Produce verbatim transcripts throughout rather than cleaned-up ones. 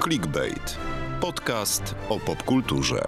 Clickbait. Podcast o popkulturze.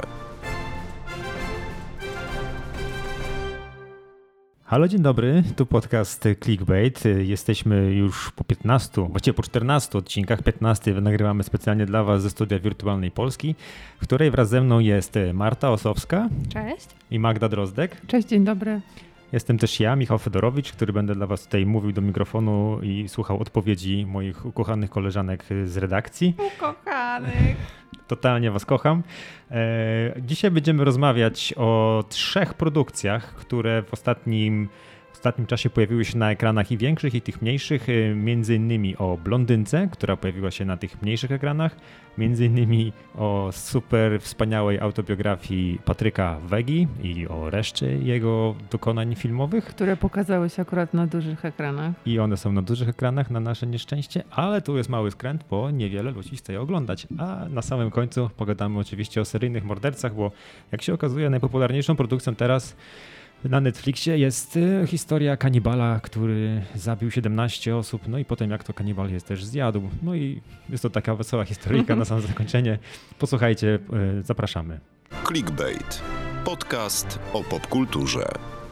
Halo, dzień dobry, tu podcast Clickbait. Jesteśmy już po piętnastu, właściwie po czternastu odcinkach, piętnasty nagrywamy specjalnie dla Was ze studia Wirtualnej Polski, w której wraz ze mną jest Marta Osowska. Cześć. I Magda Drozdek. Cześć, dzień dobry. Jestem też ja, Michał Fedorowicz, który będę dla Was tutaj mówił do mikrofonu i słuchał odpowiedzi moich ukochanych koleżanek z redakcji. Ukochanych. Totalnie Was kocham. Dzisiaj będziemy rozmawiać o trzech produkcjach, które w ostatnim, w ostatnim czasie pojawiły się na ekranach i większych, i tych mniejszych. Między innymi o Blondynce, która pojawiła się na tych mniejszych ekranach. Między innymi o super wspaniałej autobiografii Patryka Wegi i o reszcie jego dokonań filmowych. Które pokazały się akurat na dużych ekranach. I one są na dużych ekranach, na nasze nieszczęście, ale tu jest mały skręt, bo niewiele ludzi chce je oglądać. A na samym końcu pogadamy oczywiście o seryjnych mordercach, bo jak się okazuje, najpopularniejszą produkcją teraz na Netflixie jest historia kanibala, który zabił siedemnaście osób, no i potem jak to kanibal jest też zjadł. No i jest to taka wesoła historyjka na samo zakończenie. Posłuchajcie, zapraszamy. Clickbait. Podcast o popkulturze.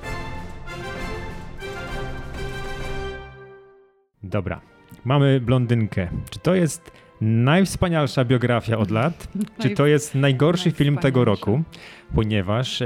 Dobra, mamy Blondynkę. Czy to jest najwspanialsza biografia od lat? Czy to jest najgorszy film tego roku? Ponieważ e,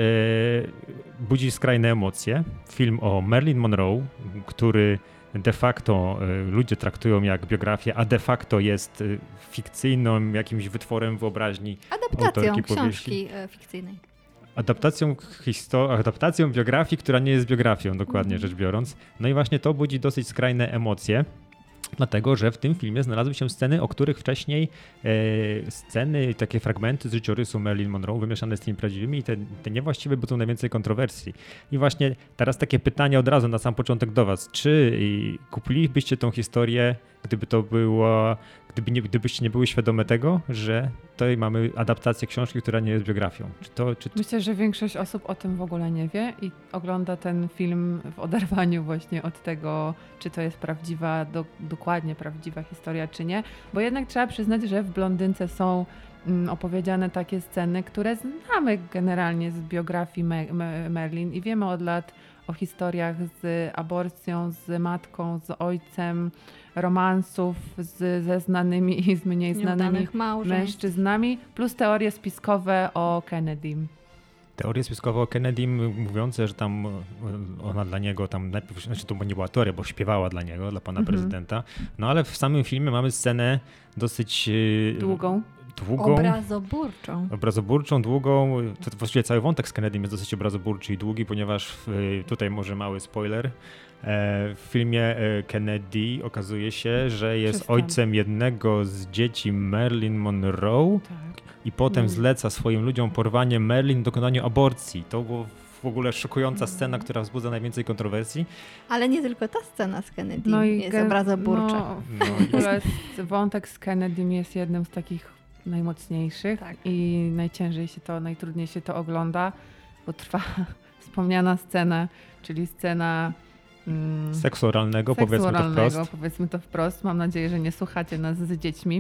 budzi skrajne emocje. Film o Marilyn Monroe, który de facto e, ludzie traktują jak biografię, a de facto jest e, fikcyjną jakimś wytworem wyobraźni Adaptacją książki powieści. fikcyjnej. Adaptacją, histo- adaptacją biografii, która nie jest biografią, dokładnie mm. rzecz biorąc. No i właśnie to budzi dosyć skrajne emocje. Dlatego, że w tym filmie znalazły się sceny, o których wcześniej e, sceny, takie fragmenty z życiorysu Marilyn Monroe wymieszane z tymi prawdziwymi i te, te niewłaściwe budzą najwięcej kontrowersji. I właśnie teraz takie pytanie od razu na sam początek do Was. Czy i, kupilibyście tą historię, gdyby to było, gdyby nie, gdybyście nie były świadome tego, że tutaj mamy adaptację książki, która nie jest biografią? Czy to, czy... Myślę, że większość osób o tym w ogóle nie wie i ogląda ten film w oderwaniu właśnie od tego, czy to jest prawdziwa, do, dokładnie prawdziwa historia, czy nie. Bo jednak trzeba przyznać, że w Blondynce są mm, opowiedziane takie sceny, które znamy generalnie z biografii Me- Me- Marilyn i wiemy od lat o historiach z aborcją, z matką, z ojcem, romansów z, ze znanymi i z mniej znanymi mężczyznami, plus teorie spiskowe o Kennedym. Teorie spiskowe o Kennedym mówiące, że tam ona dla niego tam najpierw, znaczy to nie była teoria, bo śpiewała dla niego, dla pana mhm. prezydenta, no ale w samym filmie mamy scenę dosyć długą. Długą, obrazoburczą. Obrazoburczą, długą. To właściwie cały wątek z Kennedym jest dosyć obrazoburczy i długi, ponieważ tutaj może mały spoiler. W filmie Kennedy okazuje się, że jest Przestań. ojcem jednego z dzieci Marilyn Monroe tak. i potem mm. zleca swoim ludziom porwanie Marilyn w dokonaniu aborcji. To było w ogóle szokująca scena, która wzbudza najwięcej kontrowersji. Ale nie tylko ta scena z Kennedy no jest ge- obrazoburcza. No, no w ogóle wątek z Kennedym jest jednym z takich najmocniejszych tak. i najciężej się to, najtrudniej się to ogląda, bo trwa wspomniana scena, czyli scena mm, seksu oralnego, powiedzmy to wprost. powiedzmy to wprost. Mam nadzieję, że nie słuchacie nas z dziećmi.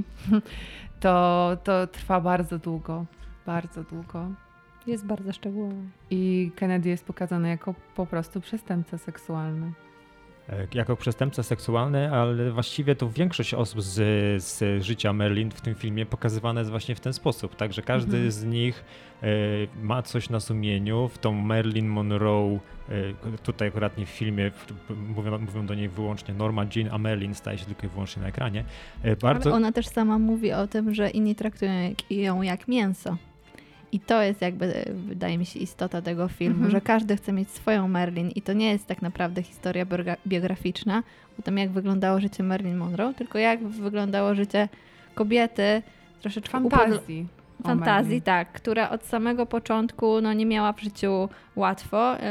To, to trwa bardzo długo, bardzo długo. Jest bardzo szczegółowo. I Kennedy jest pokazany jako po prostu przestępca seksualny. Jako przestępca seksualny, ale właściwie to większość osób z, z życia Marilyn w tym filmie pokazywane jest właśnie w ten sposób, tak, że każdy mhm. z nich e, ma coś na sumieniu, w tą Marilyn Monroe, e, tutaj akurat nie w filmie, mówią, mówią do niej wyłącznie Norma Jean, a Marilyn staje się tylko i wyłącznie na ekranie. E, bardzo... Ale ona też sama mówi o tym, że inni traktują ją jak mięso. I to jest jakby, wydaje mi się, istota tego filmu, mm-hmm. że każdy chce mieć swoją Marilyn i to nie jest tak naprawdę historia biograficzna o tym, jak wyglądało życie Marilyn Monroe, tylko jak wyglądało życie kobiety troszeczkę fantazji. Upodl- fantazji, tak, która od samego początku no, nie miała w życiu łatwo, yy,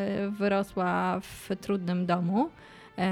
wyrosła w trudnym domu. Yy,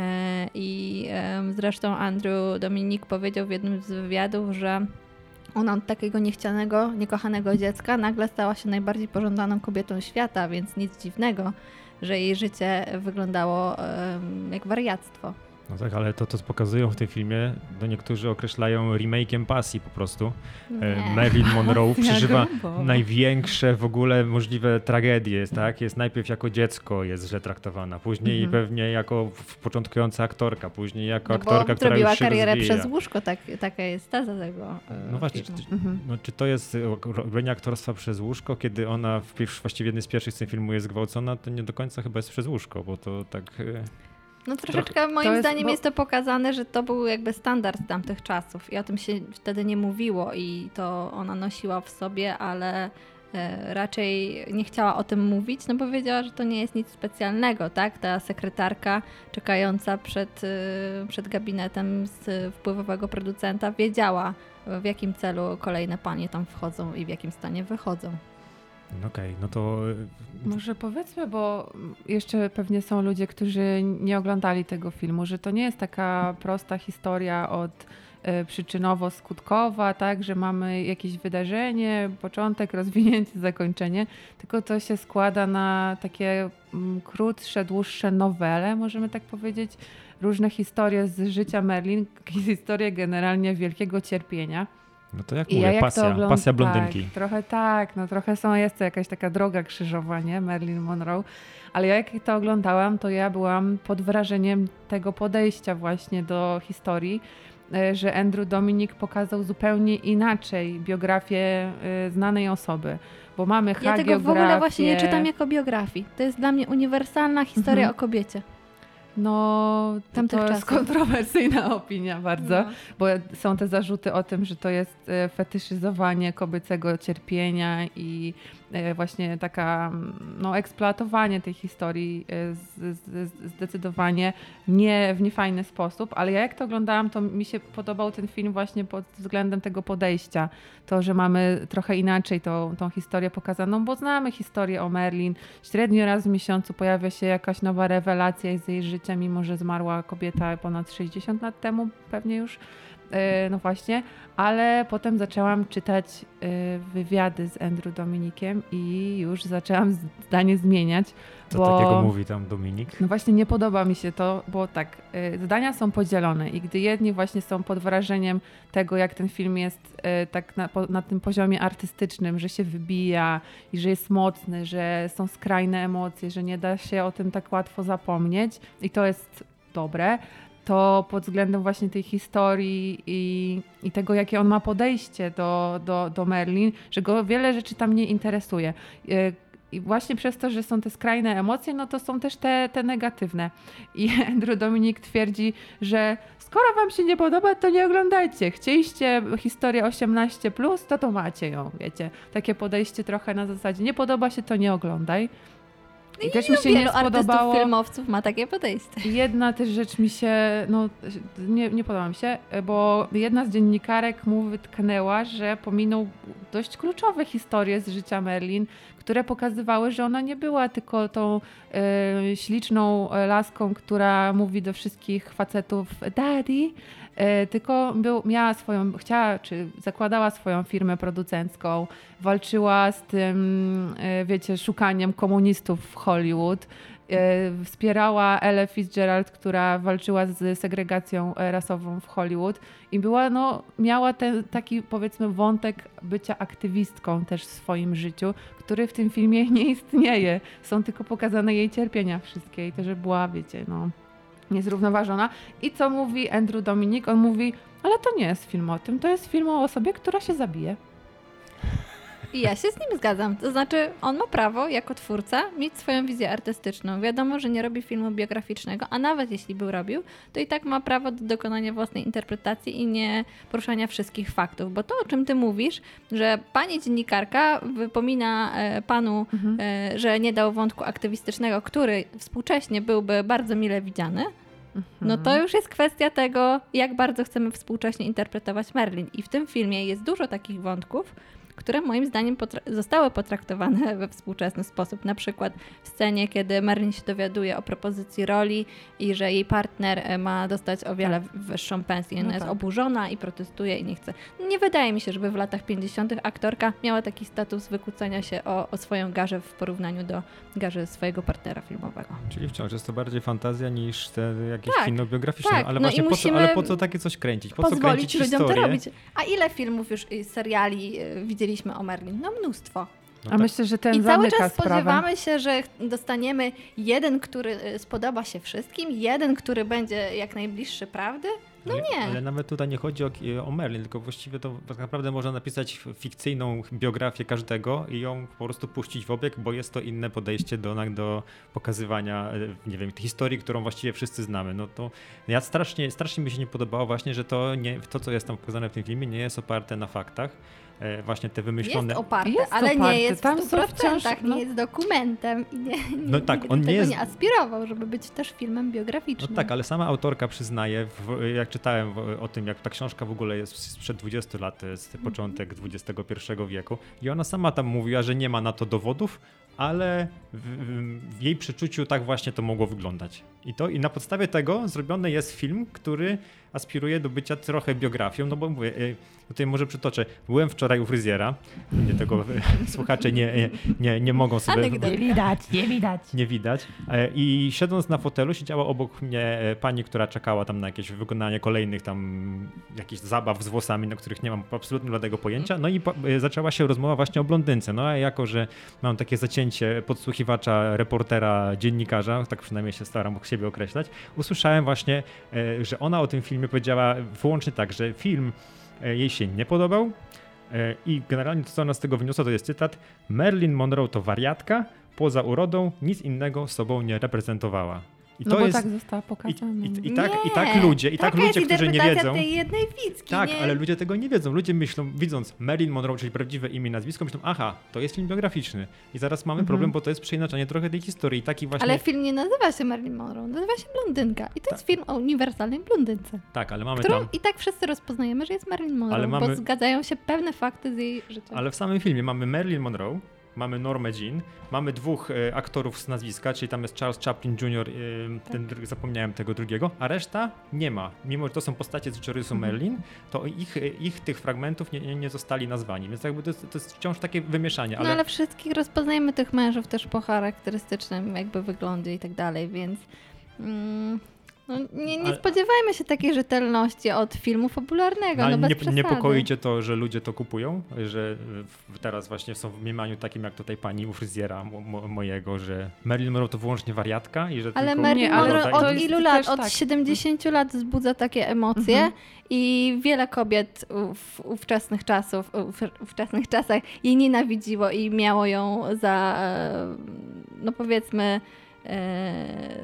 I yy, zresztą Andrew Dominik powiedział w jednym z wywiadów, że ona od takiego niechcianego, niekochanego dziecka nagle stała się najbardziej pożądaną kobietą świata, więc nic dziwnego, że jej życie wyglądało um, jak wariactwo. No tak, ale to, co pokazują w tym filmie, no niektórzy określają remake'iem pasji po prostu. Nie. Marilyn Monroe przeżywa grubo. największe w ogóle możliwe tragedie. Tak? Jest najpierw jako dziecko jest źle traktowana, później Mhm. pewnie jako początkująca aktorka, później jako No bo aktorka, która zrobiła już się karierę rozwija. przez łóżko, tak, taka jest teza tego e, No właśnie, czy, filmu. Mhm. no, czy to jest robienie aktorstwa przez łóżko, kiedy ona w pierwszy, właściwie jednej z pierwszych scen filmu jest zgwałcona, to nie do końca chyba jest przez łóżko, bo to tak... e, No troszeczkę moim To jest- zdaniem bo- jest to pokazane, że to był jakby standard tamtych czasów i o tym się wtedy nie mówiło i to ona nosiła w sobie, ale e, raczej nie chciała o tym mówić, no bo wiedziała, że to nie jest nic specjalnego, tak? Ta sekretarka czekająca przed, e, przed gabinetem z wpływowego producenta wiedziała, w jakim celu kolejne panie tam wchodzą i w jakim stanie wychodzą. no Okej, no to... e, Może powiedzmy, bo jeszcze pewnie są ludzie, którzy nie oglądali tego filmu, że to nie jest taka prosta historia od e, przyczynowo-skutkowa, tak, że mamy jakieś wydarzenie, początek, rozwinięcie, zakończenie, tylko to się składa na takie mm, krótsze, dłuższe nowele, możemy tak powiedzieć, różne historie z życia Marilyn, historie generalnie wielkiego cierpienia. No to jak I mówię, ja jak pasja, to ogląd- pasja blondynki. Tak, trochę tak, no trochę są, jest to jakaś taka droga krzyżowa, nie? Marilyn Monroe. Ale ja jak to oglądałam, to ja byłam pod wrażeniem tego podejścia właśnie do historii, e, że Andrew Dominik pokazał zupełnie inaczej biografię e, znanej osoby. Bo mamy Ja hagiografię... tego w ogóle właśnie nie czytam jako biografii. To jest dla mnie uniwersalna historia Mhm. o kobiecie. No, Tamtych to jest czasów. kontrowersyjna opinia bardzo. No. Bo są te zarzuty o tym, że to jest e, fetyszyzowanie kobiecego cierpienia i e, właśnie taka mm, no, eksploatowanie tej historii e, z, z, zdecydowanie nie w niefajny sposób, ale ja jak to oglądałam, to mi się podobał ten film właśnie pod względem tego podejścia. To, że mamy trochę inaczej tą, tą historię pokazaną, bo znamy historię o Marilyn. Średnio raz w miesiącu pojawia się jakaś nowa rewelacja z jej życia, mimo że zmarła kobieta ponad sześćdziesiąt lat temu pewnie już. E, No właśnie, ale potem zaczęłam czytać e, wywiady z Andrew Dominikiem i już zaczęłam zdanie zmieniać. Co bo... takiego mówi tam Dominik? No właśnie nie podoba mi się to, bo tak, y, zdania są podzielone i gdy jedni właśnie są pod wrażeniem tego, jak ten film jest y, tak na, po, na tym poziomie artystycznym, że się wybija i że jest mocny, że są skrajne emocje, że nie da się o tym tak łatwo zapomnieć i to jest dobre, to pod względem właśnie tej historii i, i tego, jakie on ma podejście do, do, do Marilyn, że go wiele rzeczy tam nie interesuje. Y, I właśnie przez to, że są te skrajne emocje, no to są też te, te negatywne. I Andrew Dominik twierdzi, że skoro wam się nie podoba, to nie oglądajcie. Chcieliście historię osiemnaście plus, to to macie ją, wiecie. Takie podejście trochę na zasadzie, nie podoba się, to nie oglądaj. I też mi się Wielu nie artystów, spodobało. filmowców ma takie podejście. Jedna też rzecz mi się, no nie, nie podoba mi się, bo jedna z dziennikarek mu wytknęła, że pominął dość kluczowe historie z życia Marilyn, które pokazywały, że ona nie była tylko tą e, śliczną laską, która mówi do wszystkich facetów daddy, e, tylko był, miała swoją, chciała, czy zakładała swoją firmę producencką, walczyła z tym, e, wiecie, szukaniem komunistów w Hollywood, e, wspierała Ellę Fitzgerald, która walczyła z segregacją rasową w Hollywood i była, no, miała ten taki, powiedzmy, wątek bycia aktywistką też w swoim życiu, który w tym filmie nie istnieje. Są tylko pokazane jej cierpienia wszystkie i to, że była, wiecie, no, niezrównoważona. I co mówi Andrew Dominik? On mówi, ale to nie jest film o tym, to jest film o osobie, która się zabije. I ja się z nim zgadzam. To znaczy, on ma prawo, jako twórca, mieć swoją wizję artystyczną. Wiadomo, że nie robi filmu biograficznego, a nawet jeśli by robił, to i tak ma prawo do dokonania własnej interpretacji i nie poruszania wszystkich faktów. Bo to, o czym ty mówisz, że pani dziennikarka wypomina e, panu, Mhm. e, że nie dał wątku aktywistycznego, który współcześnie byłby bardzo mile widziany, no to już jest kwestia tego, jak bardzo chcemy współcześnie interpretować Marilyn. I w tym filmie jest dużo takich wątków, które moim zdaniem potra- zostały potraktowane we współczesny sposób. Na przykład w scenie, kiedy Marilyn się dowiaduje o propozycji roli i że jej partner ma dostać o wiele wyższą pensję. Ona No jest tak. oburzona i protestuje i nie chce. Nie wydaje mi się, żeby w latach pięćdziesiątych aktorka miała taki status wykłócania się o, o swoją garzę w porównaniu do garzy swojego partnera filmowego. Czyli wciąż jest to bardziej fantazja niż te jakieś Tak, kino biograficzne. tak. Ale No właśnie i po co, musimy ale po co takie coś kręcić? Po co Pozwolić kręcić ludziom historię? to robić. A ile filmów już i seriali y, widzieliśmy o Marilyn? No mnóstwo. No A tak. myślę, że ten I cały zamyka czas sprawę. spodziewamy się, że dostaniemy jeden, który y, spodoba się wszystkim, jeden, który będzie jak najbliższy prawdy. No ale, nie. Ale nawet tutaj nie chodzi o, o Marilyn, tylko właściwie to tak naprawdę można napisać fikcyjną biografię każdego i ją po prostu puścić w obieg, bo jest to inne podejście do, do pokazywania, nie wiem, historii, którą właściwie wszyscy znamy. No to ja strasznie, strasznie mi się nie podobało właśnie, że to, nie, to, co jest tam pokazane w tym filmie, nie jest oparte na faktach. E, właśnie te wymyślone... Jest oparte, Jest ale oparte. nie jest Tam w stu są wciąż, procentach, no. nie jest dokumentem i nie, nie, No tak, nigdy on nie tego jest- nie aspirował, żeby być też filmem No biograficznym. tak, ale sama autorka przyznaje, w, jak czytałem w, o tym, jak ta książka w ogóle jest sprzed dwudziestu lat, to jest początek dwudziestego pierwszego wieku i ona sama tam mówiła, że nie ma na to dowodów, ale w, w jej przeczuciu tak właśnie to mogło wyglądać. I, to, I na podstawie tego zrobiony jest film, który aspiruje do bycia trochę biografią, no bo mówię, y, tutaj może przytoczę, byłem wczoraj u fryzjera, nie tego y, słuchacze nie, nie, nie, nie mogą sobie... Anegdotka. Nie widać, nie widać. Nie widać. E, I siedząc na fotelu siedziała obok mnie e, pani, która czekała tam na jakieś wykonanie kolejnych tam jakichś zabaw z włosami, na których nie mam absolutnie żadnego pojęcia. No i po, e, zaczęła się rozmowa właśnie o blondynce. No a jako, że mam takie zacięcie podsłuchiwacza, reportera, dziennikarza, tak przynajmniej się staram siebie określać, usłyszałem właśnie, e, że ona o tym filmie powiedziała wyłącznie tak, że film e, jej się nie podobał e, i generalnie to, co ona z tego wyniosła, to jest cytat: Marilyn Monroe to wariatka, poza urodą nic innego sobą nie reprezentowała. I No to bo jest, tak została i, pokazana. i, i, Nie, tak, I tak ludzie, i tak taka ludzie, jest którzy nie interpretacja wiedzą. tej jednej widzki, Tak, nie? ale ludzie tego nie wiedzą. Ludzie myślą, widząc Marilyn Monroe, czyli prawdziwe imię i nazwisko, myślą, aha, to jest film biograficzny. I zaraz mamy Mhm. problem, bo to jest przeinaczenie trochę tej historii. I taki właśnie... Ale film nie nazywa się Marilyn Monroe, nazywa się Blondynka. I to jest film o uniwersalnej blondynce, Tak, ale mamy którą tam... i tak wszyscy rozpoznajemy, że jest Marilyn Monroe, Ale mamy- bo zgadzają się pewne fakty z jej życia. Ale w samym filmie mamy Marilyn Monroe, mamy Normę Jean, mamy dwóch e, aktorów z nazwiska, czyli tam jest Charles Chaplin junior, e, ten, dr- zapomniałem tego drugiego, a reszta nie ma. Mimo, że to są postacie z życiorysu Mhm. Marilyn, to ich, e, ich tych fragmentów nie, nie, nie zostali nazwani, więc jakby to jest, to jest wciąż takie wymieszanie. No Ale, ale wszystkich rozpoznajemy tych mężów też po charakterystycznym jakby wyglądzie i tak dalej, więc mm, no, nie, nie Ale- spodziewajmy się takiej rzetelności od filmu fabularnego, no, no bez nie, przesady. niepokoi cię to, że ludzie to kupują, że w, teraz właśnie są w mniemaniu takim jak tutaj pani u fryzjera mo, mo, mojego, że Marilyn Monroe to wyłącznie wariatka i że Ale tylko... Marilyn Nie, ale Monroe to od jest ilu też lat? Od tak. siedemdziesięciu lat wzbudza takie emocje Mhm. i wiele kobiet w ówczesnych czasów, w ówczesnych czasach jej nienawidziło i miało ją za, e, no powiedzmy, e,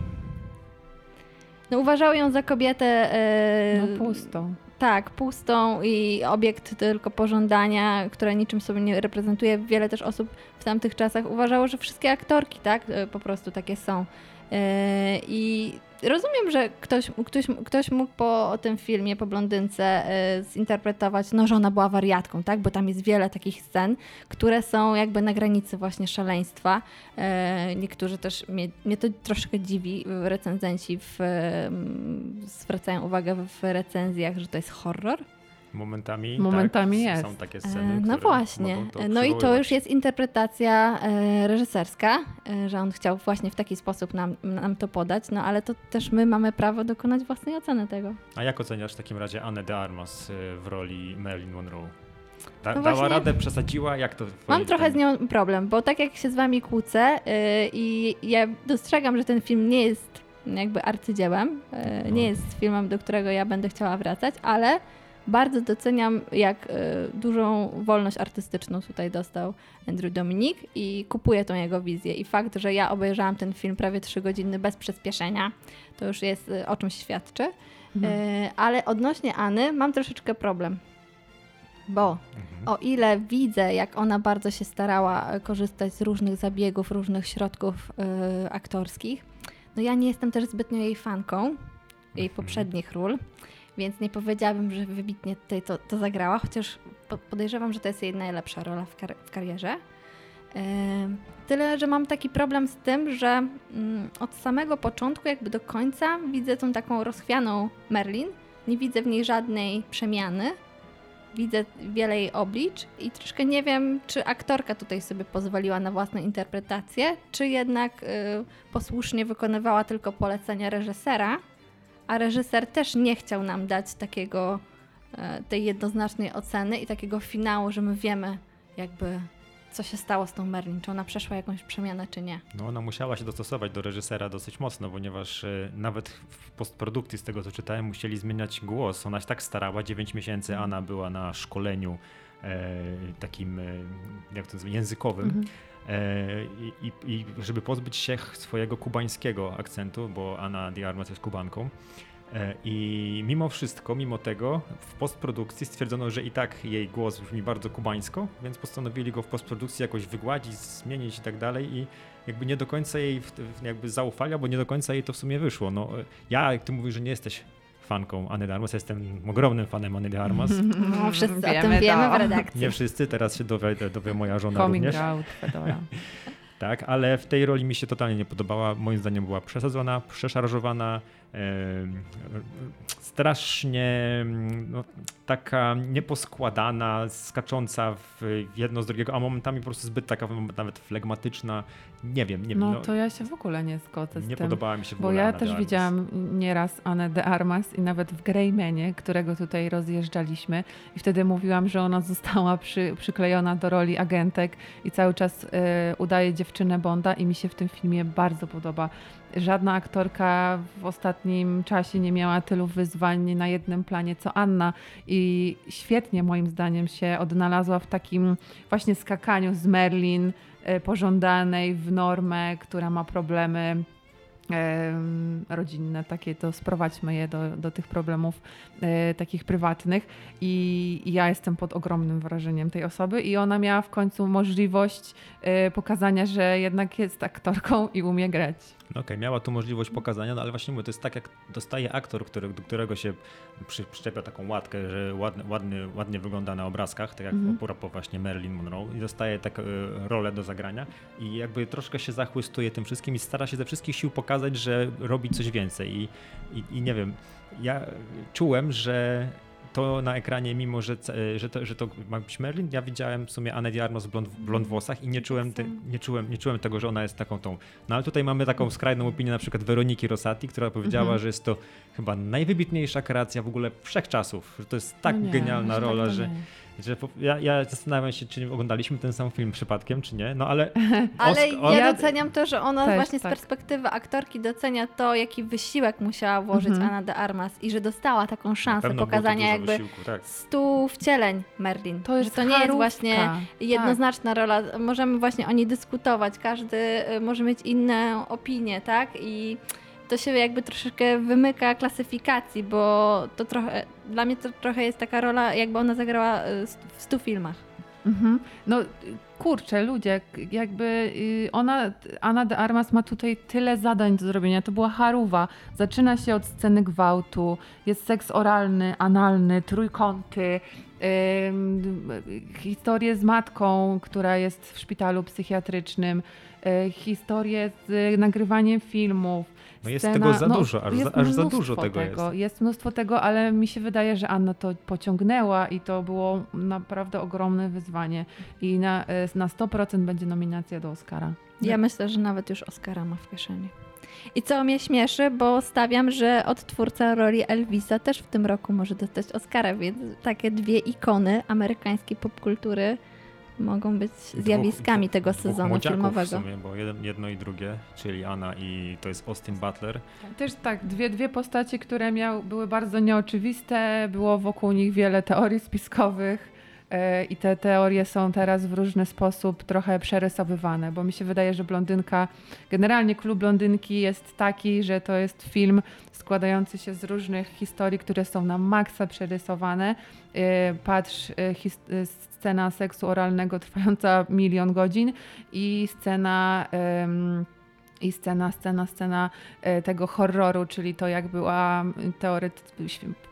no uważały ją za kobietę e, No pustą. tak, pustą i obiekt tylko pożądania, która niczym sobie nie reprezentuje. Wiele też osób w tamtych czasach uważało, że wszystkie aktorki, tak, e, po prostu takie są. E, I rozumiem, że ktoś, ktoś, ktoś mógł po tym filmie, po Blondynce e, zinterpretować, no, że ona była wariatką, tak, bo tam jest wiele takich scen, które są jakby na granicy właśnie szaleństwa. E, Niektórzy też, mnie, mnie to troszkę dziwi, recenzenci w, em, zwracają uwagę w recenzjach, że to jest horror. Momentami, Momentami tak, jest. są takie E, sceny, No które właśnie. mogą to No i to przywoływać. już jest interpretacja e, reżyserska, e, że on chciał właśnie w taki sposób nam, nam to podać, no ale to też my mamy prawo dokonać własnej oceny tego. A jak oceniasz w takim razie Annę de Armas y, w roli Marilyn Monroe? Da, No dała właśnie- radę, przesadziła? Jak to Mam twoim trochę z zdaniem? nią problem, bo tak jak się z wami kłócę yy, i ja dostrzegam, że ten film nie jest jakby arcydziełem, yy, No. nie jest filmem, do którego ja będę chciała wracać, ale bardzo doceniam, jak yy, dużą wolność artystyczną tutaj dostał Andrew Dominik i kupuję tą jego wizję. I fakt, że ja obejrzałam ten film prawie trzy godziny bez przyspieszenia, to już jest yy, o czymś świadczy. Mhm. Yy, ale odnośnie Anny mam troszeczkę problem, bo Mhm. o ile widzę, jak ona bardzo się starała e, korzystać z różnych zabiegów, różnych środków e, aktorskich, no ja nie jestem też zbytnio jej fanką, jej Mhm. poprzednich ról, więc nie powiedziałabym, że wybitnie tutaj to, to zagrała, chociaż podejrzewam, że to jest jej najlepsza rola w, kar- w karierze. Tyle, że mam taki problem z tym, że od samego początku jakby do końca widzę tą taką rozchwianą Merlin, nie widzę w niej żadnej przemiany, widzę wiele jej oblicz i troszkę nie wiem, czy aktorka tutaj sobie pozwoliła na własną interpretację, czy jednak y, posłusznie wykonywała tylko polecenia reżysera, a reżyser też nie chciał nam dać takiego, y, tej jednoznacznej oceny i takiego finału, że my wiemy jakby co się stało z tą Merlin, czy ona przeszła jakąś przemianę, czy nie. No ona musiała się dostosować do reżysera dosyć mocno, ponieważ y, nawet w postprodukcji, z tego co czytałem, musieli zmieniać głos. Ona się tak starała, dziewięć miesięcy Anna była na szkoleniu e, takim, e, jak to nazywa, językowym. Mhm. E, i, I żeby pozbyć się swojego kubańskiego akcentu, bo Ana de Armas jest Kubanką. I mimo wszystko, mimo tego w postprodukcji stwierdzono, że i tak jej głos brzmi bardzo kubańsko, więc postanowili go w postprodukcji jakoś wygładzić, zmienić i tak dalej i jakby nie do końca jej jakby zaufali, albo nie do końca jej to w sumie wyszło. No, ja, jak ty mówisz, że nie jesteś fanką Anny de Armas, jestem ogromnym fanem Anny de Armas. No, wszyscy wiemy o tym wiemy to. W redakcji. Nie wszyscy, teraz się dowie, dowie moja żona Coming również. out, Fedora. Tak, ale w tej roli mi się totalnie nie podobała. Moim zdaniem była przesadzona, przeszarżowana, e, strasznie no, taka nieposkładana, skacząca w jedno z drugiego, a momentami po prostu zbyt taka nawet flegmatyczna. Nie wiem, nie wiem. No, no to ja się w ogóle nie zgodzę z nie tym. podobała mi się w Bo ogóle ja Anna też de Armas. widziałam nieraz Annę de Armas i nawet w Greymanie, którego tutaj rozjeżdżaliśmy i wtedy mówiłam, że ona została przy, przyklejona do roli agentek i cały czas y, udaje dziewczynę Bonda i mi się w tym filmie bardzo podoba. Żadna aktorka w ostatnim czasie nie miała tylu wyzwań na jednym planie co Anna i świetnie moim zdaniem się odnalazła w takim właśnie skakaniu z Merlin y, pożądanej w normę, która ma problemy rodzinne, takie to sprowadźmy je do, do tych problemów e, takich prywatnych i, i ja jestem pod ogromnym wrażeniem tej osoby i ona miała w końcu możliwość e, pokazania, że jednak jest aktorką i umie grać. No okej, okay, miała tu możliwość pokazania, no ale właśnie mówię, to jest tak jak dostaje aktor, który, do którego się przy, przyczepia taką łatkę, że ładny, ładny, ładnie wygląda na obrazkach, tak jak mm. po właśnie Marilyn Monroe i dostaje taką y, rolę do zagrania i jakby troszkę się zachłystuje tym wszystkim i stara się ze wszystkich sił pokazać, że robi coś więcej i, i, i nie wiem, ja czułem, że to na ekranie, mimo że, że, to, że to ma być Merlin, ja widziałem w sumie Annę de Armas w blond, blond włosach i nie czułem, te, nie, czułem, nie czułem tego, że ona jest taką tą. No ale tutaj mamy taką skrajną opinię na przykład Weroniki Rosati, która powiedziała, mm-hmm. że jest to chyba najwybitniejsza kreacja w ogóle wszechczasów, że to jest tak no nie, genialna rola, tak że... Że ja, ja zastanawiam się, czy oglądaliśmy ten sam film przypadkiem, czy nie, no ale... Ale Osk- ja doceniam to, że ona też, właśnie z tak. perspektywy aktorki docenia to, jaki wysiłek musiała włożyć mm-hmm. Anna de Armas i że dostała taką szansę pokazania jakby wysiłku, tak. stu wcieleń Merlin. To jest że to nie jest właśnie jednoznaczna tak. rola. Możemy właśnie o niej dyskutować, każdy może mieć inną opinię, tak? I to się jakby troszeczkę wymyka klasyfikacji, bo to trochę, dla mnie to trochę jest taka rola, jakby ona zagrała w stu filmach. Mhm. No kurczę, ludzie, jakby ona, Anna de Armas ma tutaj tyle zadań do zrobienia. To była charówa. Zaczyna się od sceny gwałtu, jest seks oralny, analny, trójkąty, yy, historie z matką, która jest w szpitalu psychiatrycznym, yy, historie z nagrywaniem filmów. No jest Scena, tego za no, dużo, aż, za, aż za dużo tego, tego jest. Jest mnóstwo tego, ale mi się wydaje, że Anna to pociągnęła i to było naprawdę ogromne wyzwanie. I na, na sto procent będzie nominacja do Oscara. Ja myślę, że nawet już Oscara ma w kieszeni. I co mnie śmieszy, bo stawiam, że odtwórca roli Elvisa też w tym roku może dostać Oscara, więc takie dwie ikony amerykańskiej popkultury mogą być zjawiskami dwóch, tego dwóch sezonu filmowego. W sumie, bo jedno i drugie, czyli Anna i to jest Austin Butler. Też tak, dwie, dwie postacie, które miał, były bardzo nieoczywiste, było wokół nich wiele teorii spiskowych yy, i te teorie są teraz w różny sposób trochę przerysowywane, bo mi się wydaje, że Blondynka, generalnie Klub Blondynki jest taki, że to jest film składający się z różnych historii, które są na maksa przerysowane. Yy, patrz, yy, his, yy, scena seksu oralnego trwająca milion godzin i scena ym, i scena, scena, scena y, tego horroru, czyli to jak była teoret,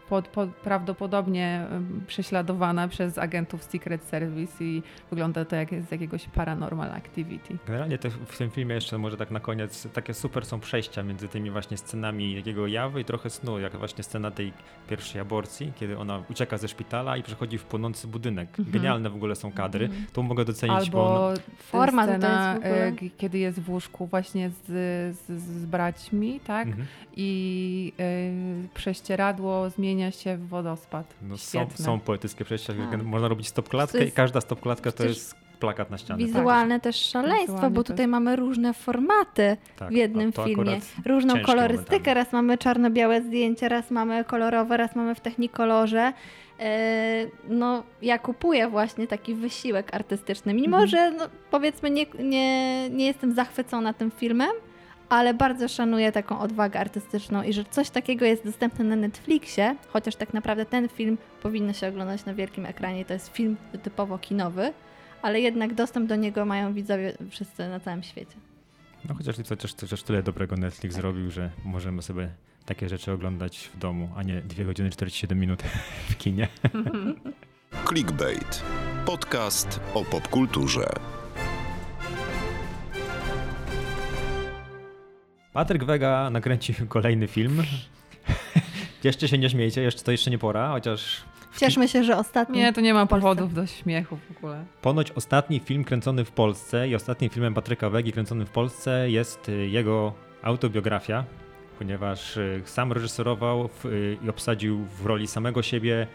pod, pod, prawdopodobnie prześladowana przez agentów Secret Service i wygląda to jak z jakiegoś Paranormal Activity. Generalnie te, w tym filmie jeszcze może tak na koniec, takie super są przejścia między tymi właśnie scenami takiego jawy i trochę snu, jak właśnie scena tej pierwszej aborcji, kiedy ona ucieka ze szpitala i przechodzi w płonący budynek. Mhm. Genialne w ogóle są kadry, mhm. to mogę docenić. Albo bo ona... forma scena, to jest w ogóle... kiedy jest w łóżku właśnie z, z, z braćmi, tak? Mhm. I y, prześcieradło zmienia się w wodospad. No są, są poetyckie przejścia, tak. Można robić stopklatkę jest... i każda stopklatka to jest plakat na ścianie. Wizualne tak. też szaleństwo, Wizualne bo tutaj mamy różne formaty tak, w jednym filmie. Różną kolorystykę. Momentami. Raz mamy czarno-białe zdjęcia, raz mamy kolorowe, raz mamy w technikolorze. No, ja kupuję właśnie taki wysiłek artystyczny. Mimo, mhm. że no, powiedzmy nie, nie, nie jestem zachwycona tym filmem, ale bardzo szanuję taką odwagę artystyczną i że coś takiego jest dostępne na Netflixie, chociaż tak naprawdę ten film powinno się oglądać na wielkim ekranie. To jest film typowo kinowy, ale jednak dostęp do niego mają widzowie wszyscy na całym świecie. No chociaż, chociaż, chociaż tyle dobrego Netflix tak. zrobił, że możemy sobie takie rzeczy oglądać w domu, a nie dwie godziny czterdzieści siedem minut w kinie. Clickbait. Podcast o popkulturze. Patryk Wega nakręcił kolejny film. Jeszcze się nie śmiejcie, jeszcze to jeszcze nie pora, chociaż... Cieszmy się, że ostatni. Nie, to nie ma powodów do śmiechu w ogóle. Ponoć ostatni film kręcony w Polsce i ostatnim filmem Patryka Wegi kręconym w Polsce jest jego autobiografia, ponieważ sam reżyserował i obsadził w roli samego siebie,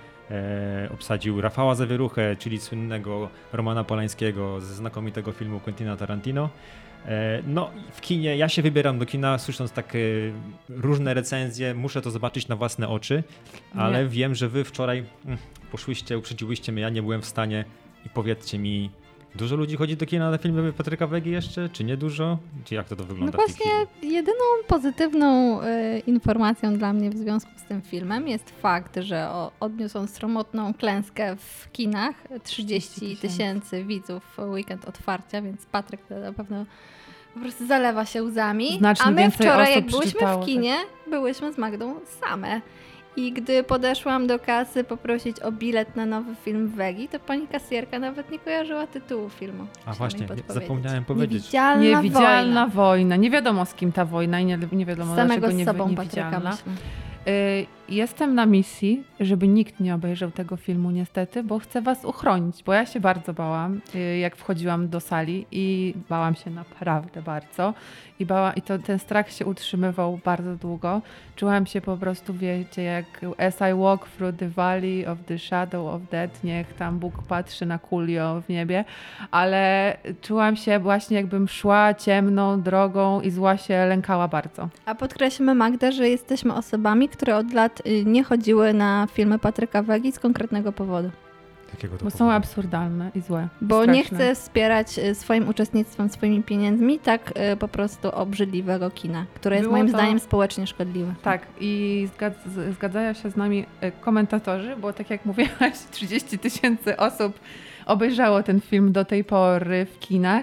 e, obsadził Rafała Zawieruchę, czyli słynnego Romana Polańskiego ze znakomitego filmu Quentina Tarantino. E, no w kinie, ja się wybieram do kina, słysząc takie różne recenzje, muszę to zobaczyć na własne oczy, ale nie. Wiem, że wy wczoraj mm, poszłyście, uprzedziłyście mnie, ja nie byłem w stanie i powiedzcie mi, dużo ludzi chodzi do kina na filmy Patryka Wegi jeszcze, czy nie dużo? Czy jak to, to wygląda? No właśnie jedyną pozytywną y, informacją dla mnie w związku z tym filmem jest fakt, że o, odniósł on sromotną klęskę w kinach. trzydzieści tysięcy widzów w weekend otwarcia, więc Patryk to na pewno po prostu zalewa się łzami. Znacznie A my wczoraj, jak byliśmy w tak. kinie, byłyśmy z Magdą same. I gdy podeszłam do kasy poprosić o bilet na nowy film Wegi, to pani kasjerka nawet nie kojarzyła tytułu filmu. A właśnie, zapomniałem powiedzieć. Niewidzialna, Niewidzialna wojna. wojna. Nie wiadomo z kim ta wojna i nie, nie wiadomo Samego dlaczego z sobą nie, niewidzialna. Y, jestem na misji, żeby nikt nie obejrzał tego filmu niestety, bo chcę was uchronić, bo ja się bardzo bałam, y, jak wchodziłam do sali i bałam się naprawdę bardzo i, bała, i to, ten strach się utrzymywał bardzo długo. Czułam się po prostu, wiecie, jak as I walk through the valley of the shadow of death, niech tam Bóg patrzy na Coolio w niebie, ale czułam się właśnie jakbym szła ciemną drogą i zła się lękała bardzo. A podkreślmy, Magda, że jesteśmy osobami, które od lat nie chodziły na filmy Patryka Wegi z konkretnego powodu. Jakiego to Bo powodu? są absurdalne i złe. Bo straszne. Nie chcę wspierać swoim uczestnictwem, swoimi pieniędzmi tak po prostu obrzydliwego kina, które jest Było moim to... zdaniem społecznie szkodliwe. Tak, i zgadz- zgadzają się z nami komentatorzy, bo tak jak mówiłaś, trzydzieści tysięcy osób obejrzało ten film do tej pory w kinach,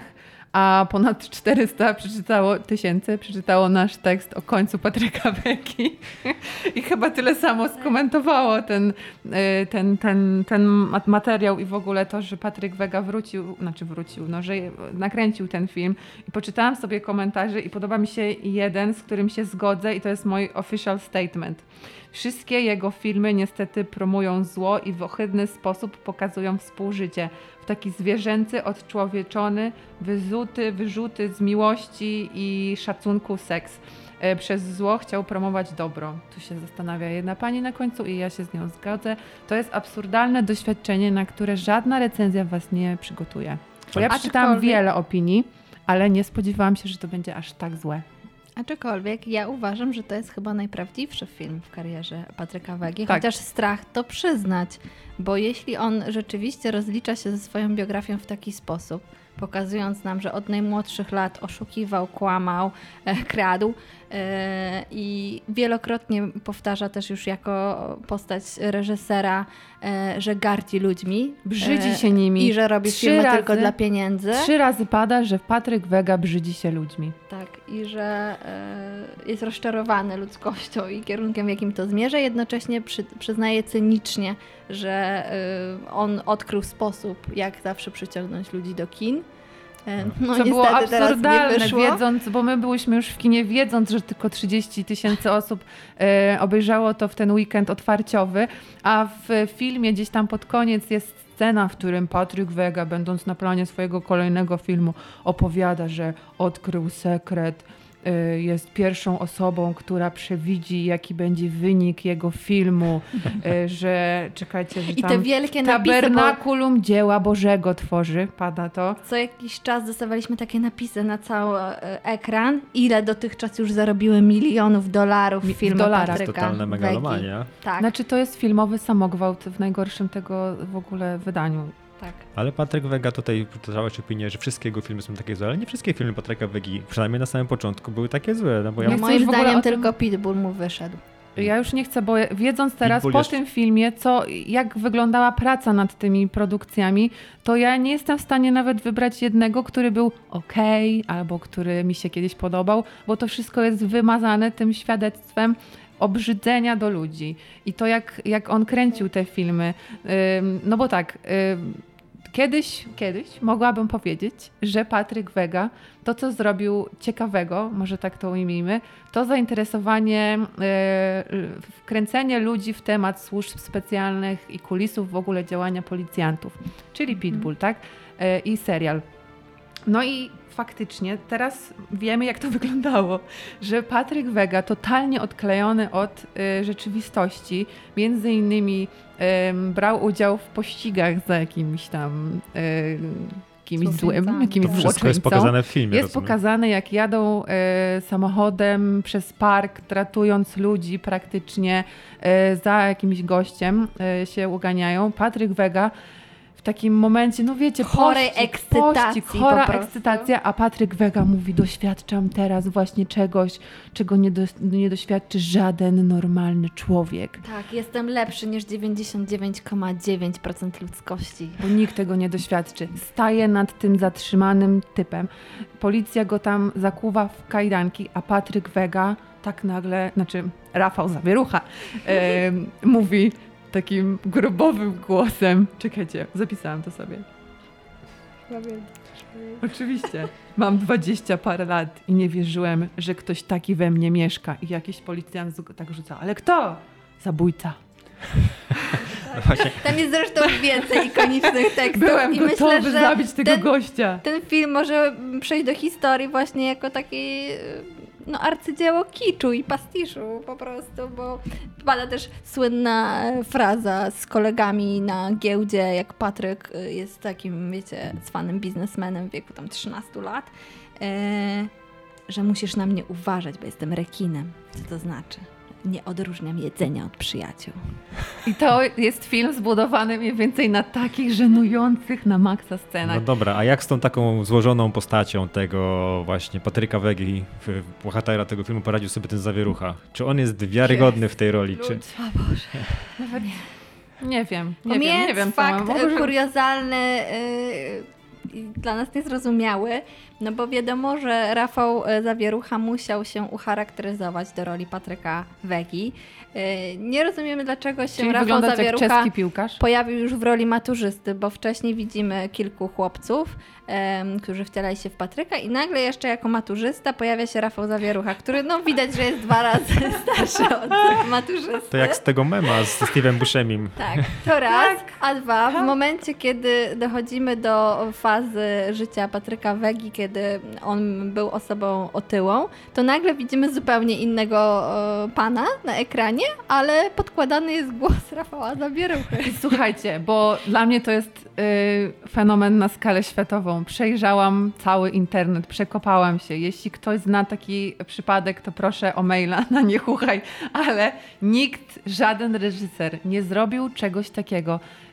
a ponad czterysta przeczytało, tysięcy przeczytało nasz tekst o końcu Patryka Wegi i chyba tyle samo skomentowało ten, ten, ten, ten materiał i w ogóle to, że Patryk Wega wrócił, znaczy wrócił, no, że nakręcił ten film i poczytałam sobie komentarze i podoba mi się jeden, z którym się zgodzę i to jest mój official statement. Wszystkie jego filmy niestety promują zło i w ohydny sposób pokazują współżycie. W taki zwierzęcy, odczłowieczony, wyzuty, wyrzuty z miłości i szacunku seks. Przez zło chciał promować dobro. Tu się zastanawia jedna pani na końcu i ja się z nią zgodzę. To jest absurdalne doświadczenie, na które żadna recenzja was nie przygotuje. Bo ja przeczytałam Aczkolwiek... wiele opinii, ale nie spodziewałam się, że to będzie aż tak złe. Aczkolwiek ja uważam, że to jest chyba najprawdziwszy film w karierze Patryka Wegi, tak. Chociaż strach to przyznać, bo jeśli on rzeczywiście rozlicza się ze swoją biografią w taki sposób, pokazując nam, że od najmłodszych lat oszukiwał, kłamał, e, kradł e, i wielokrotnie powtarza też już jako postać reżysera, e, że gardzi ludźmi. Brzydzi się nimi. I że robi Trzy filmy razy, tylko dla pieniędzy. Trzy razy pada, że Patryk Wega brzydzi się ludźmi. Tak, i że e, jest rozczarowany ludzkością i kierunkiem, w jakim to zmierza. Jednocześnie przy, przyznaje cynicznie, że e, on odkrył sposób, jak zawsze przyciągnąć ludzi do kin. E, no Co było absurdalne, wyszło. wiedząc, bo my byliśmy już w kinie, wiedząc, że tylko trzydzieści tysięcy osób e, obejrzało to w ten weekend otwarciowy, a w filmie gdzieś tam pod koniec jest scena, w którym Patryk Wega, będąc na planie swojego kolejnego filmu, opowiada, że odkrył sekret, y, jest pierwszą osobą, która przewidzi, jaki będzie wynik jego filmu, y, że czekajcie, że I tam te wielkie napisy, bo tabernakulum dzieła Bożego tworzy, pada to. co jakiś czas dostawaliśmy takie napisy na cały e, ekran, ile dotychczas już zarobiły milionów dolarów Mi- filmy w dolarach. Patryka Totalna Wegi. megalomania. Tak, Znaczy to jest filmowy samogwałt w najgorszym tego w ogóle wydaniu. tak. Ale Patryk Wega tutaj przytaczałeś opinię, że wszystkie jego filmy są takie złe, ale nie wszystkie filmy Patryka Wegi, przynajmniej na samym początku, były takie złe. No bo ja Nie chcę Moim już w ogóle zdaniem o tym- tylko Pitbull mu wyszedł. Ja już nie chcę, bo wiedząc teraz Pitbull po jeszcze- tym filmie, co, jak wyglądała praca nad tymi produkcjami, to ja nie jestem w stanie nawet wybrać jednego, który był okej, albo który mi się kiedyś podobał, bo to wszystko jest wymazane tym świadectwem obrzydzenia do ludzi. I to jak, jak on kręcił te filmy. Ym, no bo tak, ym, kiedyś, kiedyś mogłabym powiedzieć, że Patryk Wega, to co zrobił ciekawego, może tak to ujmijmy, to zainteresowanie, yy, wkręcenie ludzi w temat służb specjalnych i kulisów w ogóle działania policjantów, czyli Pitbull, tak? Yy, I serial. No i faktycznie teraz wiemy, jak to wyglądało, że Patryk Wega, totalnie odklejony od y, rzeczywistości, między innymi y, brał udział w pościgach za jakimś tam y, kimś złym, Złoczyńcami. jakimś Wszystko wszystko jest złoczyńcą. pokazane w filmie. Jest rozumiem. pokazane, jak jadą e, samochodem przez park, tratując ludzi praktycznie e, za jakimś gościem, e, się uganiają. Patryk Wega w takim momencie, no wiecie, Chorej pościg, ekscytacji pościg, chora po prostu. ekscytacja, a Patryk Wega mówi, doświadczam teraz właśnie czegoś, czego nie, do, nie doświadczy żaden normalny człowiek. Tak, jestem lepszy niż dziewięćdziesiąt dziewięć przecinek dziewięć procent ludzkości. Bo nikt tego nie doświadczy. Staje nad tym zatrzymanym typem. Policja go tam zakuwa w kajdanki, a Patryk Wega tak nagle, znaczy Rafał Zawierucha, e, mówi takim grobowym głosem. Czekajcie, zapisałam to sobie. Oczywiście. Mam dwadzieścia parę lat i nie wierzyłem, że ktoś taki we mnie mieszka. I jakiś policjant z- tak rzuca. Ale kto? Zabójca. No właśnie, Tam jest zresztą więcej ikonicznych tekstów Byłem i gotowy myślę, że zabić tego ten, gościa. ten film może przejść do historii właśnie jako taki no, arcydzieło kiczu i pastiszu po prostu, bo pada też słynna fraza z kolegami na giełdzie, jak Patryk jest takim, wiecie, cwanym biznesmenem w wieku tam trzynastu lat, e, że musisz na mnie uważać, bo jestem rekinem. Co to znaczy? Nie odróżniam jedzenia od przyjaciół. I to jest film zbudowany mniej więcej na takich żenujących na maksa scenach. no dobra, a jak z tą taką złożoną postacią tego właśnie Patryka Wegi, w- bohatera tego filmu, poradził sobie ten Zawierucha? Czy on jest wiarygodny w tej roli? Czy... O Boże. Nawet nie wiem, nie wiem, Pomijając nie wiem. co fakt mam. e, Może- kuriozalny y, i dla nas niezrozumiały, no bo wiadomo, że Rafał e, Zawierucha musiał się ucharakteryzować do roli Patryka Wegi. Y, nie rozumiemy, dlaczego się Czyli Rafał wyglądać jak Zawierucha czeski piłkarz. pojawił już w roli maturzysty, bo wcześniej widzimy kilku chłopców, em, którzy wcielali się w Patryka i nagle jeszcze jako maturzysta pojawia się Rafał Zawierucha, który no widać, że jest dwa razy starszy od maturzysty. To jak z tego mema z Steve'em Buscemim. Tak, to raz, a dwa, w momencie, kiedy dochodzimy do fazy życia Patryka Wegi, kiedy on był osobą otyłą, to nagle widzimy zupełnie innego e, pana na ekranie, ale podkładany jest głos Rafała Zawieruchy. Słuchajcie, bo dla mnie to jest y, fenomen na skalę światową. Przejrzałam cały internet, przekopałam się. Jeśli ktoś zna taki przypadek, to proszę o maila na Niechuchaj, ale nikt, żaden reżyser nie zrobił czegoś takiego.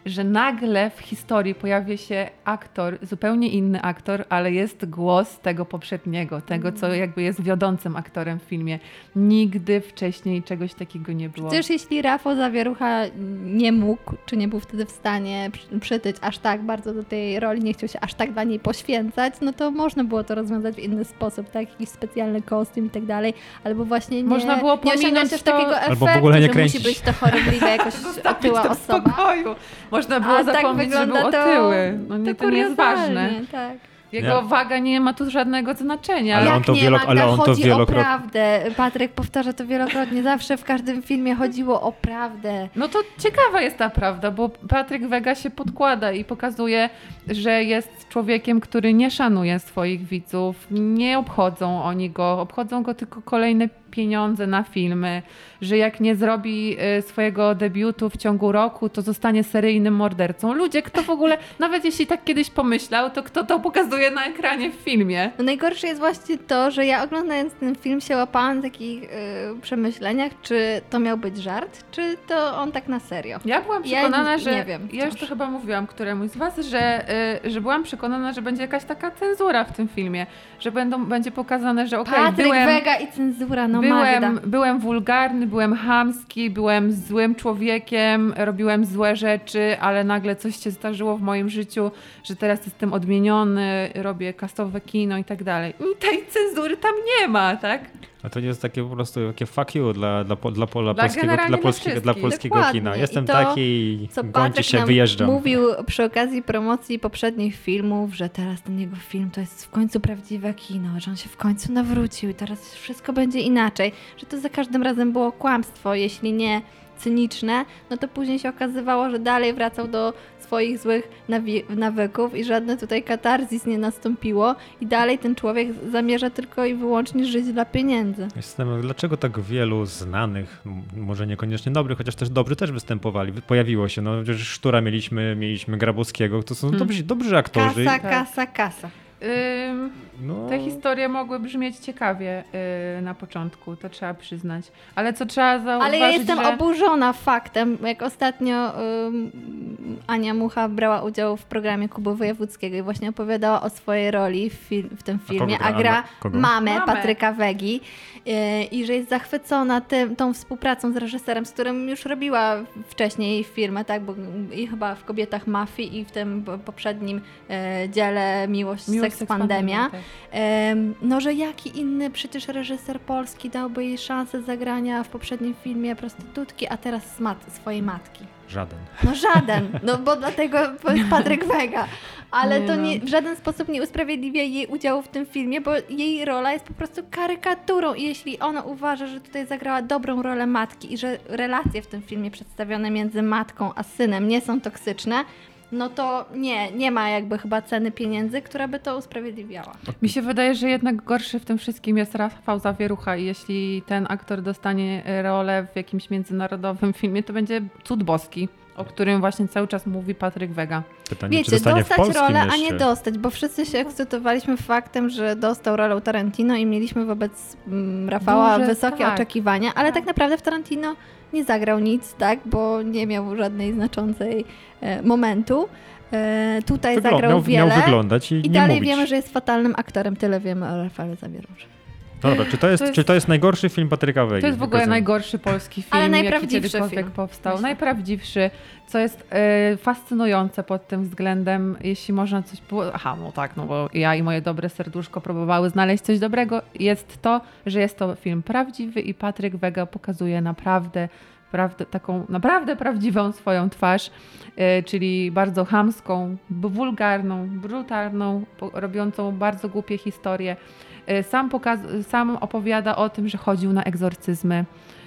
że nagle w historii pojawia się aktor, zupełnie inny aktor, ale jest głos tego poprzedniego, tego, co jakby jest wiodącym aktorem w filmie. Nigdy wcześniej czegoś takiego nie było. Przecież jeśli Rafał Zawierucha nie mógł, czy nie był wtedy w stanie przy- przytyć aż tak bardzo do tej roli, nie chciał się aż tak dla niej poświęcać, no to można było to rozwiązać w inny sposób, tak? Jakiś specjalny kostium i tak dalej, albo właśnie nie, Można było nie osiągnąć pominąć też to- takiego Albo efektu, w ogóle nie że kręcić. musi być to chorobliwe jakoś Zostawić otyła to w osoba. spokoju. Można było A tak zapomnieć, że był wygląda to, otyły. No nie, to nie jest ważne. kuriozalnie, tak. Jego Nie. waga nie ma tu żadnego znaczenia. Ale Jak on to nie, wielok- Magda, ale on to chodzi wielokrotnie- o prawdę. Patryk powtarza to wielokrotnie. Zawsze w każdym filmie chodziło o prawdę. No to ciekawa jest ta prawda, bo Patryk Wega się podkłada i pokazuje, że jest człowiekiem, który nie szanuje swoich widzów, nie obchodzą oni go, obchodzą go tylko kolejne pieniądze na filmy, że jak nie zrobi y, swojego debiutu w ciągu roku, to zostanie seryjnym mordercą. Ludzie, kto w ogóle, nawet jeśli tak kiedyś pomyślał, to kto to pokazuje na ekranie w filmie? No najgorsze jest właśnie to, że ja oglądając ten film się łapałam w takich y, przemyśleniach, czy to miał być żart, czy to on tak na serio. Ja byłam Ja przekonana, nie- że. nie wiem Ja już to wciąż. chyba mówiłam któremuś z Was, że, y, że byłam przekonana, że będzie jakaś taka cenzura w tym filmie, że będą, będzie pokazane, że okej, Patryk byłem. Wega i cenzura, no Magda. Byłem, byłem wulgarny, byłem chamski, byłem złym człowiekiem, robiłem złe rzeczy, ale nagle coś się zdarzyło w moim życiu, że teraz jestem odmieniony, robię kastowe kino i tak dalej. I tej cenzury tam nie ma, tak? A to nie jest takie po prostu takie fuck you dla, dla, dla, dla, Dla polskiego, generalnie dla, dla polskiego, dla wszystkich. polskiego Dokładnie. kina. I Jestem to, taki i Co gońcie Patryk się, nam wyjeżdżam. mówił przy okazji promocji poprzednich filmów, że teraz ten jego film to jest w końcu prawdziwe kino, że on się w końcu nawrócił i teraz wszystko będzie inaczej, że to za każdym razem było kłamstwo, jeśli nie cyniczne, no to później się okazywało, że dalej wracał do swoich złych nawi- nawyków i żadne tutaj katarzis nie nastąpiło i dalej ten człowiek zamierza tylko i wyłącznie żyć dla pieniędzy. Jestem, dlaczego tak wielu znanych, m- może niekoniecznie dobrych, chociaż też dobrzy też występowali, wy- pojawiło się. No przecież Sztura mieliśmy, mieliśmy Grabowskiego, to są Hmm. dobrzy, dobrzy aktorzy. Kasa, kasa, kasa. Ym, No, Te historie mogły brzmieć ciekawie yy, na początku, to trzeba przyznać. Ale co trzeba zauważyć, Ale ja jestem że... oburzona faktem, jak ostatnio ym, Ania Mucha brała udział w programie Kuby Wojewódzkiego i właśnie opowiadała o swojej roli w, fil- w tym filmie, kogo a gra? gra Anna? Kogo? mamę Mamę. Patryka Wegi yy, i że jest zachwycona tym, tą współpracą z reżyserem, z którym już robiła wcześniej filmy, tak, bo i chyba w Kobietach Mafii i w tym po- poprzednim yy, dziele Miłość, Miłość, Seks, Seks, Pandemia. Pandemia, tak. Em, No, że jaki inny przecież reżyser polski dałby jej szansę zagrania w poprzednim filmie prostytutki, a teraz z mat- swojej matki. żaden. No żaden, no bo dlatego to jest Patryk Wega. Ale Nie to no. nie, w żaden sposób nie usprawiedliwia jej udziału w tym filmie, bo jej rola jest po prostu karykaturą i jeśli ona uważa, że tutaj zagrała dobrą rolę matki i że relacje w tym filmie przedstawione między matką a synem nie są toksyczne, no to nie, nie ma jakby chyba ceny pieniędzy, która by to usprawiedliwiała. Mi się wydaje, że jednak gorszy w tym wszystkim jest Rafał Zawierucha i jeśli ten aktor dostanie rolę w jakimś międzynarodowym filmie, to będzie cud boski, o którym właśnie cały czas mówi Patryk Wega. Pytanie, czy Wiecie, dostanie w dostać polskim rolę, jeszcze. a nie dostać, bo wszyscy się ekscytowaliśmy faktem, że dostał rolę u Tarantino i mieliśmy wobec mm, Rafała Duże, wysokie tak. oczekiwania, ale Tak. tak naprawdę w Tarantino nie zagrał nic, tak, bo nie miał żadnej znaczącej e, momentu. E, tutaj Wygl- zagrał miał, wiele miał wyglądać i, i nie dalej mówić. wiemy, że jest fatalnym aktorem. Tyle wiemy o Rafale Zawierusze. Dobra, czy to jest, To jest- czy to jest najgorszy film Patryka Wegi? To jest w ogóle Pokazuję. najgorszy polski film, Ale jaki najprawdziwszy kiedykolwiek film, powstał. myślę. Najprawdziwszy, co jest e, fascynujące pod tym względem, jeśli można coś... było- Aha, no tak, no bo ja i moje dobre serduszko próbowały znaleźć coś dobrego. Jest to, że jest to film prawdziwy i Patryk Wega pokazuje naprawdę Prawdę, taką naprawdę prawdziwą swoją twarz, e, czyli bardzo chamską, b- wulgarną, brutalną, po, robiącą bardzo głupie historie. E, sam, pokaz- sam opowiada o tym, że chodził na egzorcyzmy.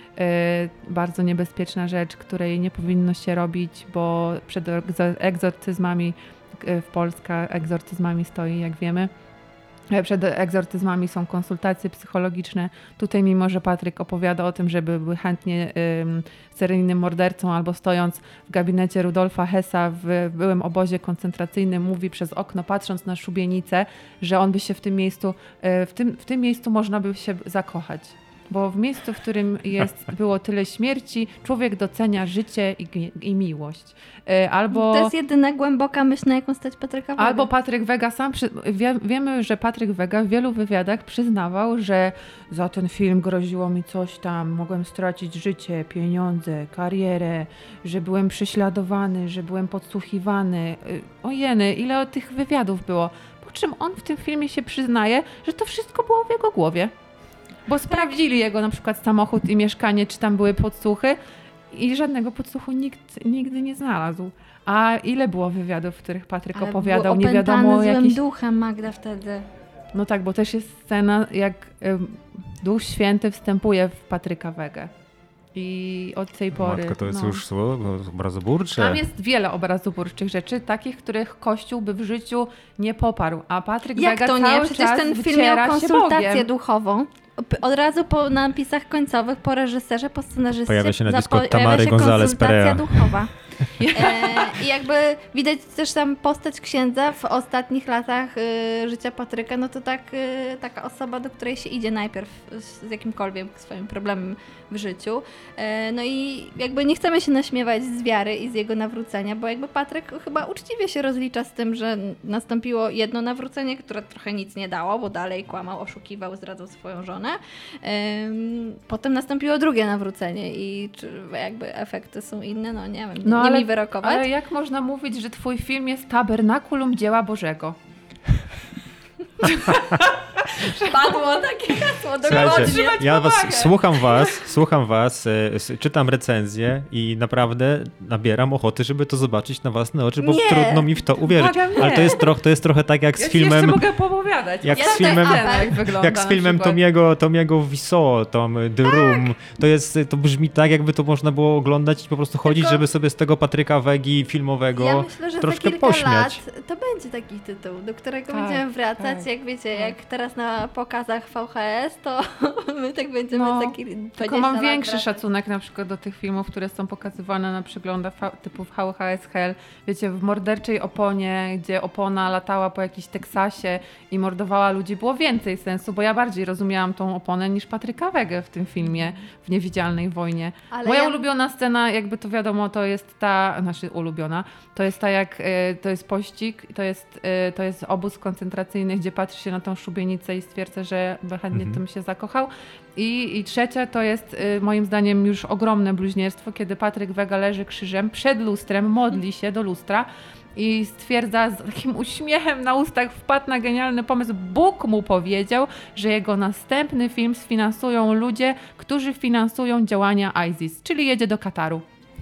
E, bardzo niebezpieczna rzecz, której nie powinno się robić, bo przed egzo- egzorcyzmami e, w Polska egzorcyzmami stoi, jak wiemy. Przed egzorcyzmami są konsultacje psychologiczne. Tutaj, mimo że Patryk opowiada o tym, żeby był chętnie ym, seryjnym mordercą albo stojąc w gabinecie Rudolfa Hessa w byłym obozie koncentracyjnym, mówi przez okno, patrząc na szubienicę, że on by się w tym miejscu, y, w tym, w tym miejscu można by się zakochać. Bo w miejscu, w którym jest, było tyle śmierci, człowiek docenia życie i, i miłość. Albo, to jest jedyna głęboka myśl, na jaką stać Patryka Wega. Albo Patryk Wega sam, przy, wie, wiemy, że Patryk Wega w wielu wywiadach przyznawał, że za ten film groziło mi coś tam, mogłem stracić życie, pieniądze, karierę, że byłem prześladowany, że byłem podsłuchiwany. Ojeny, ile tych wywiadów było. Po czym on w tym filmie się przyznaje, że to wszystko było w jego głowie. Bo sprawdzili jego na przykład samochód i mieszkanie, czy tam były podsłuchy i żadnego podsłuchu nikt nigdy nie znalazł. A ile było wywiadów, w których Patryk Ale opowiadał, był nie wiadomo opętany jakiś... złym duchem Magda wtedy. No tak, bo też jest scena, jak ym, Duch Święty wstępuje w Patryka Wegę. I od tej pory... Matko, to jest no. już słowo obrazoburcze. Tam jest wiele obrazoburczych rzeczy, takich, których Kościół by w życiu nie poparł. A Patryk Jak Wega to cały nie? Przecież czas ten film miał wyciera się konsultację Bogiem. duchową. Od razu po napisach końcowych, po reżyserze, po scenarzyście Pojawia się nazwisko zapo- Tamary pojawia się González konsultacja Perea. duchowa. E, I jakby widać też tam postać księdza w ostatnich latach y, życia Patryka, no to tak, y, taka osoba, do której się idzie najpierw z, z jakimkolwiek swoim problemem w życiu. E, no i jakby nie chcemy się naśmiewać z wiary i z jego nawrócenia, bo jakby Patryk chyba uczciwie się rozlicza z tym, że nastąpiło jedno nawrócenie, które trochę nic nie dało, bo dalej kłamał, oszukiwał, zdradzał swoją żonę. E, potem nastąpiło drugie nawrócenie i czy jakby efekty są inne, no nie wiem, No, nie ale, mi wyrokować. ale jak można mówić, że twój film jest tabernakulum dzieła Bożego? Padło takie hasło, Słuchajcie, dokładnie. ja was, powagę. słucham was, słucham was, e, s- czytam recenzje i naprawdę nabieram ochoty, żeby to zobaczyć na własne oczy, bo Nie. trudno mi w to uwierzyć. Błagam, nie. Ale to jest, troch, to jest trochę tak jak z Ja ci filmem... jeszcze mogę poopowiadać. Jak Ja z też filmem... apel. Jak wygląda Jak z na filmem przykład. Tomiego, Tomiego Wiseau, Tom The Room. To jest, to brzmi tak, jakby to można było oglądać i po prostu chodzić, Tylko- żeby sobie z tego Patryka Wegi filmowego Ja myślę, że troszkę za kilka pośmiać. lat to będzie taki tytuł, do którego Tak, będziemy wracać. tak, Jak wiecie, tak. jak teraz na pokazach V H S, to my tak będziemy No, za kilka Tylko mam większy szacunek na przykład do tych filmów, które są pokazywane na przeglądach fa- typu V H S Hell. Wiecie, w Morderczej Oponie, gdzie opona latała po jakimś Teksasie i mordowała ludzi, było więcej sensu, bo ja bardziej rozumiałam tą oponę niż Patryka Wegę w tym filmie, w Niewidzialnej Wojnie. Ale Moja ja- ulubiona scena, jakby to wiadomo, to jest ta, znaczy ulubiona, to jest ta jak, e, to jest pościg, to jest, e, to jest obóz koncentracyjny, gdzie patrzy się na tą szubienicę i stwierdza, że by chętnie Mhm. tym się zakochał. I, I trzecia to jest e, moim zdaniem już ogromne bluźnierstwo, kiedy Patryk Wega leży krzyżem przed lustrem, modli się do lustra i stwierdza z takim uśmiechem na ustach, wpadł na genialny pomysł. Bóg mu powiedział, że jego następny film sfinansują ludzie, którzy finansują działania ISIS, czyli jedzie do Kataru.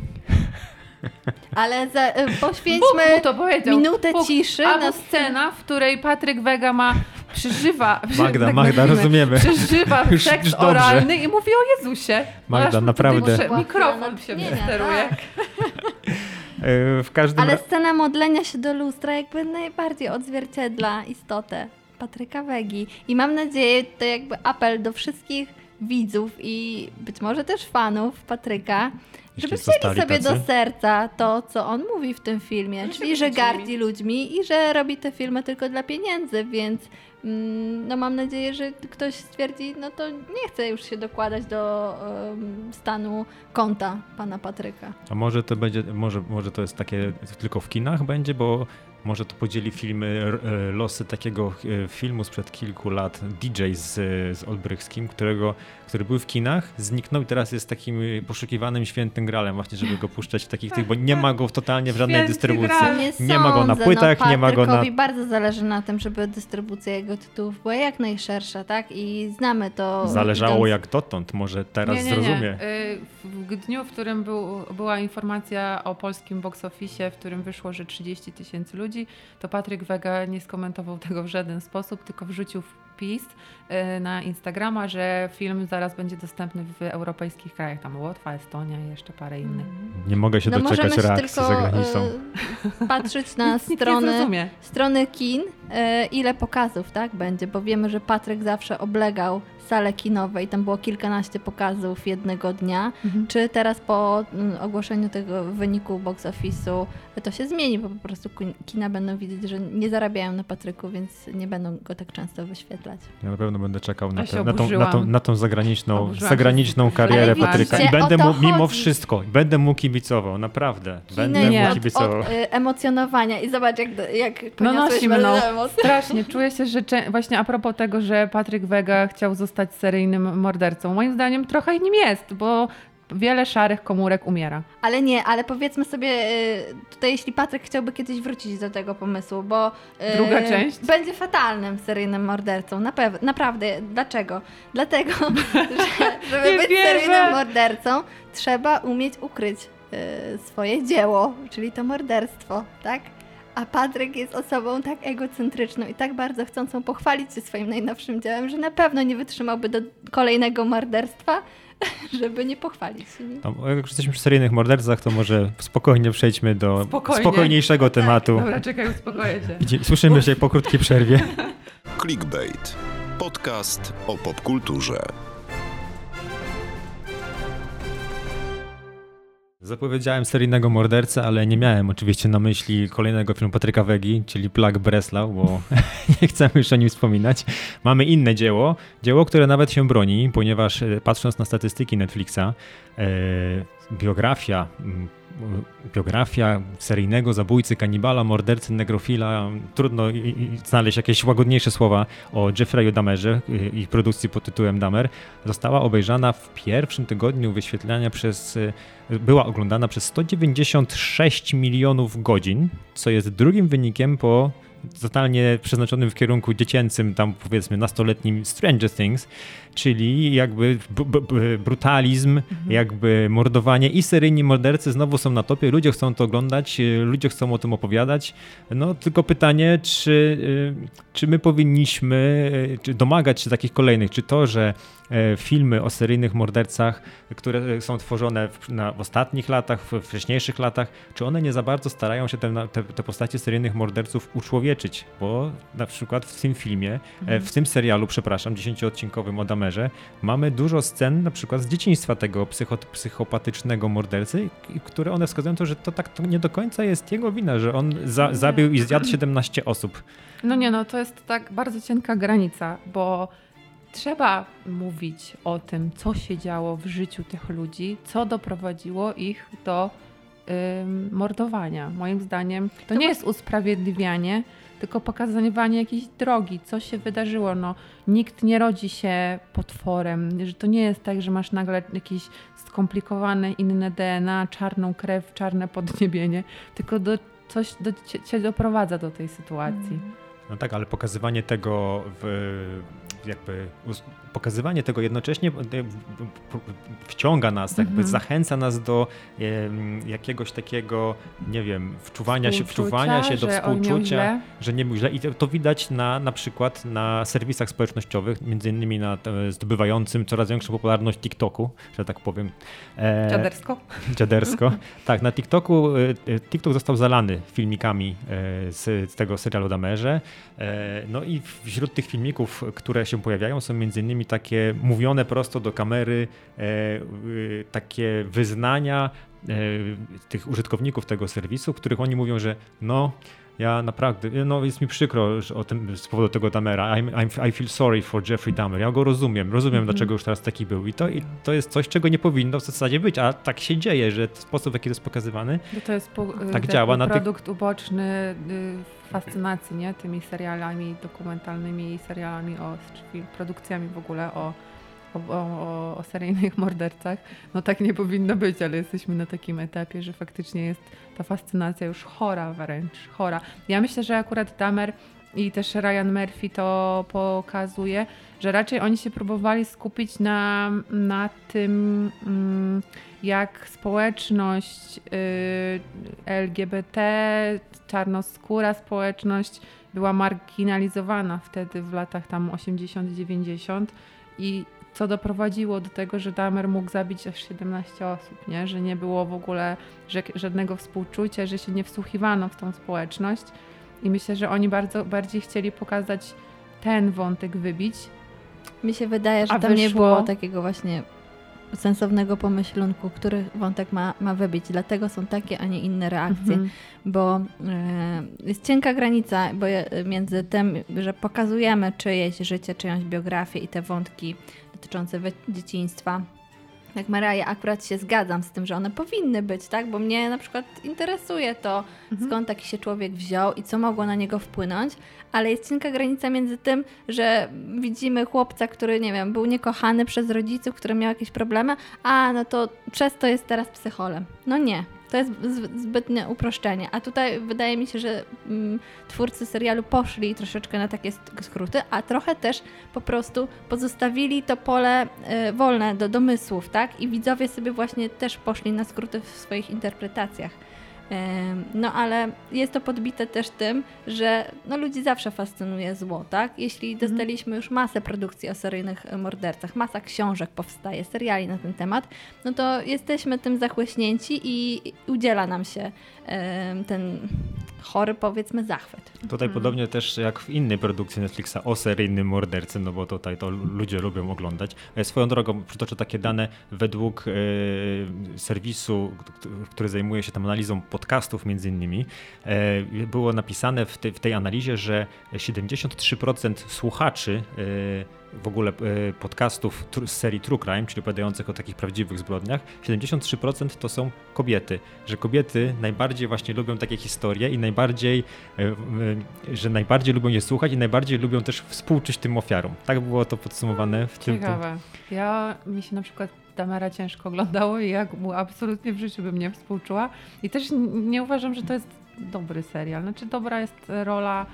Ale za, y, Bóg poświęćmy mu to powiedział. minutę Bóg. ciszy Albo na scena, w której Patryk Wega ma przeżywa, Magda, tak Magda, nazwijmy, rozumiemy. przeżywa Już- seks już dobrze. oralny i mówi o Jezusie. Magda, Aż mu naprawdę. tutaj Była mikrofon chwila się natchnienia, steruje. tak. E, W każdym Ale ra- scena modlenia się do lustra jakby najbardziej odzwierciedla istotę Patryka Wegi. I mam nadzieję, to jakby apel do wszystkich widzów i być może też fanów Patryka, żeby Jeśli wzięli zostali sobie tacy. do serca to, co on mówi w tym filmie, czyli że gardzi ludźmi i że robi te filmy tylko dla pieniędzy, więc mm, no mam nadzieję, że ktoś stwierdzi, no to nie chce już się dokładać do em, stanu konta pana Patryka. A może to będzie, może, może to jest takie tylko w kinach będzie, bo może to podzieli filmy, r- e, losy takiego e, filmu sprzed kilku lat, D J z, z Olbrychskim, którego, który był w kinach, zniknął i teraz jest takim poszukiwanym świętym gralem właśnie, żeby go puszczać w takich tych, bo nie ma go totalnie w żadnej Święty dystrybucji. Graal. Nie, Nie ma go na sądzę, płytach, no, nie ma go na... Patrykowi bardzo zależy na tym, żeby dystrybucja jego tytułów była jak najszersza, tak? I znamy to. Zależało idąc- jak dotąd, może teraz nie, nie, zrozumie. Nie. Y, W dniu, w którym był, była informacja o polskim box office, w którym wyszło, że trzydzieści tysięcy ludzi, to Patryk Wega nie skomentował tego w żaden sposób, tylko wrzucił wpis y, na Instagrama, że film zaraz będzie dostępny w europejskich krajach, tam Łotwa, Estonia i jeszcze parę innych. Nie mogę się No doczekać możemy się reakcji tylko zagraniczną. e, patrzeć na Nic nie strony, zrozumie. strony kin, e, ile pokazów, tak, będzie, bo wiemy, że Patryk zawsze oblegał sale kinowe i tam było kilkanaście pokazów jednego dnia, Mhm. czy teraz po mm, ogłoszeniu tego wyniku box office'u to się zmieni, bo po prostu kin- kina będą widzieć, że nie zarabiają na Patryku, więc nie będą go tak często wyświetlać. Ja na pewno będę czekał na, Ja się tę- na, tą, na, oburzyłam. tą, na tą zagraniczną, Oburzyłam zagraniczną się. karierę Ale Patryka widzicie, i będę o to mu mimo chodzi. wszystko, będę mu kibicował, naprawdę. Będę Kino mu jest od, kibicował. od y, emocjonowania i zobacz, jak, jak No poniosłeś nosimy, no. bardzo emocje. Strasznie. Czuję się, że cze- właśnie a propos tego, że Patryk Wega chciał zostać seryjnym mordercą. Moim zdaniem trochę nim jest, bo wiele szarych komórek umiera. Ale nie, ale powiedzmy sobie y, tutaj, jeśli Patryk chciałby kiedyś wrócić do tego pomysłu, bo y, Druga część? będzie fatalnym seryjnym mordercą. Na pew- naprawdę. Dlaczego? Dlatego, że żeby Nie być wierzę. seryjnym mordercą, trzeba umieć ukryć y, swoje dzieło, czyli to morderstwo, tak? A Patryk jest osobą tak egocentryczną i tak bardzo chcącą pochwalić się swoim najnowszym dziełem, że na pewno nie wytrzymałby do kolejnego morderstwa, żeby nie pochwalić się nim. To, jak już jesteśmy przy seryjnych mordercach, to może spokojnie przejdźmy do Spokojnie. spokojniejszego tematu. Dobra, czekaj, uspokoję się. Gdzie- Słyszymy się po krótkiej przerwie. Clickbait. Podcast o popkulturze. Zapowiedziałem seryjnego mordercę, ale nie miałem oczywiście na myśli kolejnego filmu Patryka Wegi, czyli Plag Breslau, bo nie chcemy już o nim wspominać. Mamy inne dzieło, dzieło, które nawet się broni, ponieważ e, patrząc na statystyki Netflixa, e, biografia, m, biografia seryjnego zabójcy, kanibala, mordercy, negrofila, trudno i, i znaleźć jakieś łagodniejsze słowa o Jeffrey'u Dahmerze i, i produkcji pod tytułem Dahmer, została obejrzana w pierwszym tygodniu wyświetlania przez, była oglądana przez sto dziewięćdziesiąt sześć milionów godzin, co jest drugim wynikiem po totalnie przeznaczonym w kierunku dziecięcym, tam powiedzmy nastoletnim Stranger Things, czyli jakby b- b- b- brutalizm, Mhm. jakby mordowanie i seryjni mordercy znowu są na topie, ludzie chcą to oglądać, y, ludzie chcą o tym opowiadać. No tylko pytanie, czy, y, czy my powinniśmy y, czy domagać się takich kolejnych, czy to, że e, filmy o seryjnych mordercach, które są tworzone w, na, w ostatnich latach, w wcześniejszych latach, czy one nie za bardzo starają się te, na- te, te postacie seryjnych morderców uczłowieczyć, bo na przykład w tym filmie, e, w tym serialu, przepraszam, dziesięcioodcinkowym o Dahmerze, mamy dużo scen na przykład z dzieciństwa tego psycho, psychopatycznego mordercy, i- które one wskazują to, że to tak to nie do końca jest jego wina, że on za, zabił i zjadł siedemnaście osób. No nie, no to jest tak bardzo cienka granica, bo trzeba mówić o tym, co się działo w życiu tych ludzi, co doprowadziło ich do ym, mordowania. Moim zdaniem to nie jest usprawiedliwianie, tylko pokazywanie jakiejś drogi, co się wydarzyło. No, nikt nie rodzi się potworem, że to nie jest tak, że masz nagle jakieś skomplikowane inne D N A, czarną krew, czarne podniebienie, tylko do, coś do, cię, cię doprowadza do tej sytuacji. No tak, ale pokazywanie tego w, jakby us- pokazywanie tego jednocześnie w- w- wciąga nas, jakby Mhm. zachęca nas do em, jakiegoś takiego, nie wiem, wczuwania się, Współczucia, wczuwania się do że on miał współczucia, źle. że nie był źle. I to, to widać na, na przykład na serwisach społecznościowych, między innymi na e, zdobywającym coraz większą popularność TikToku, że tak powiem. E, Dziadersko. Dziadersko. Tak, na TikToku, e, e, TikTok został zalany filmikami e, z, z tego serialu Dahmerze. E, No i wśród tych filmików, które się pojawiają, są między innymi takie mówione prosto do kamery, e, y, takie wyznania e, tych użytkowników tego serwisu, w których oni mówią, że no, ja naprawdę, no jest mi przykro że o tym, z powodu tego Dahmera. I'm, I'm, I feel sorry for Jeffrey Dahmer. Ja go rozumiem, rozumiem Mhm. dlaczego już teraz taki był. I to, I to jest coś, czego nie powinno w zasadzie być, a tak się dzieje, że sposób, w jaki to jest pokazywany. Bo to jest po, Tak tak działa na tych- produkt uboczny y, fascynacji, nie? Tymi serialami dokumentalnymi i serialami o, czy produkcjami w ogóle o, o, o, o seryjnych mordercach. No tak nie powinno być, ale jesteśmy na takim etapie, że faktycznie jest ta fascynacja już chora wręcz, chora. Ja myślę, że akurat Dahmer i też Ryan Murphy to pokazuje, że raczej oni się próbowali skupić na, na tym, mm, jak społeczność y, L G B T, czarnoskóra społeczność była marginalizowana wtedy w latach tam osiemdziesiąt dziewięćdziesiąt i co doprowadziło do tego, że Dahmer mógł zabić aż siedemnaście osób, nie? Że nie było w ogóle żadnego współczucia, że się nie wsłuchiwano w tą społeczność i myślę, że oni bardzo bardziej chcieli pokazać ten wątek, wybić Mi się wydaje, że A tam wyszło... nie było takiego właśnie sensownego pomyślunku, który wątek ma, ma wybić. Dlatego są takie, a nie inne reakcje. Mhm. Bo y, jest cienka granica bo je, między tym, że pokazujemy czyjeś życie, czyjąś biografię i te wątki dotyczące dzieciństwa. Jak Maria, akurat się zgadzam z tym, że one powinny być, tak? Bo mnie na przykład interesuje to, mhm. skąd taki się człowiek wziął i co mogło na niego wpłynąć, ale jest cienka granica między tym, że widzimy chłopca, który, nie wiem, był niekochany przez rodziców, który miał jakieś problemy, a no to przez to jest teraz psycholem. No nie. To jest zbytnie uproszczenie. A tutaj wydaje mi się, że mm, twórcy serialu poszli troszeczkę na takie skróty, a trochę też po prostu pozostawili to pole y, wolne do domysłów, tak? I widzowie sobie właśnie też poszli na skróty w swoich interpretacjach. Y, no ale jest to podbite też tym, że no, ludzi zawsze fascynuje zło, tak? Jeśli dostaliśmy już masę produkcji o seryjnych mordercach, masa książek powstaje, seriali na ten temat, no to jesteśmy tym zachłyśnięci i udziela nam się y, ten chory, powiedzmy, zachwyt. Tutaj hmm. podobnie też jak w innej produkcji Netflixa o seryjnym mordercy, no bo tutaj to ludzie lubią oglądać. Swoją drogą przytoczę takie dane według y, serwisu, który zajmuje się tam analizą podcastów między innymi. Y, było napisane w, te, w tej analizie, że siedemdziesiąt trzy procent słuchaczy y, w ogóle podcastów z serii True Crime, czyli opowiadających o takich prawdziwych zbrodniach, siedemdziesiąt trzy procent to są kobiety, że kobiety najbardziej właśnie lubią takie historie i najbardziej, że najbardziej lubią je słuchać i najbardziej lubią też współczuć tym ofiarom. Tak było to podsumowane w tym. Ciekawe. Ja, mi się na przykład Damera ciężko oglądało i ja mu absolutnie w życiu bym nie współczuła i też nie uważam, że to jest dobry serial. Znaczy dobra jest rola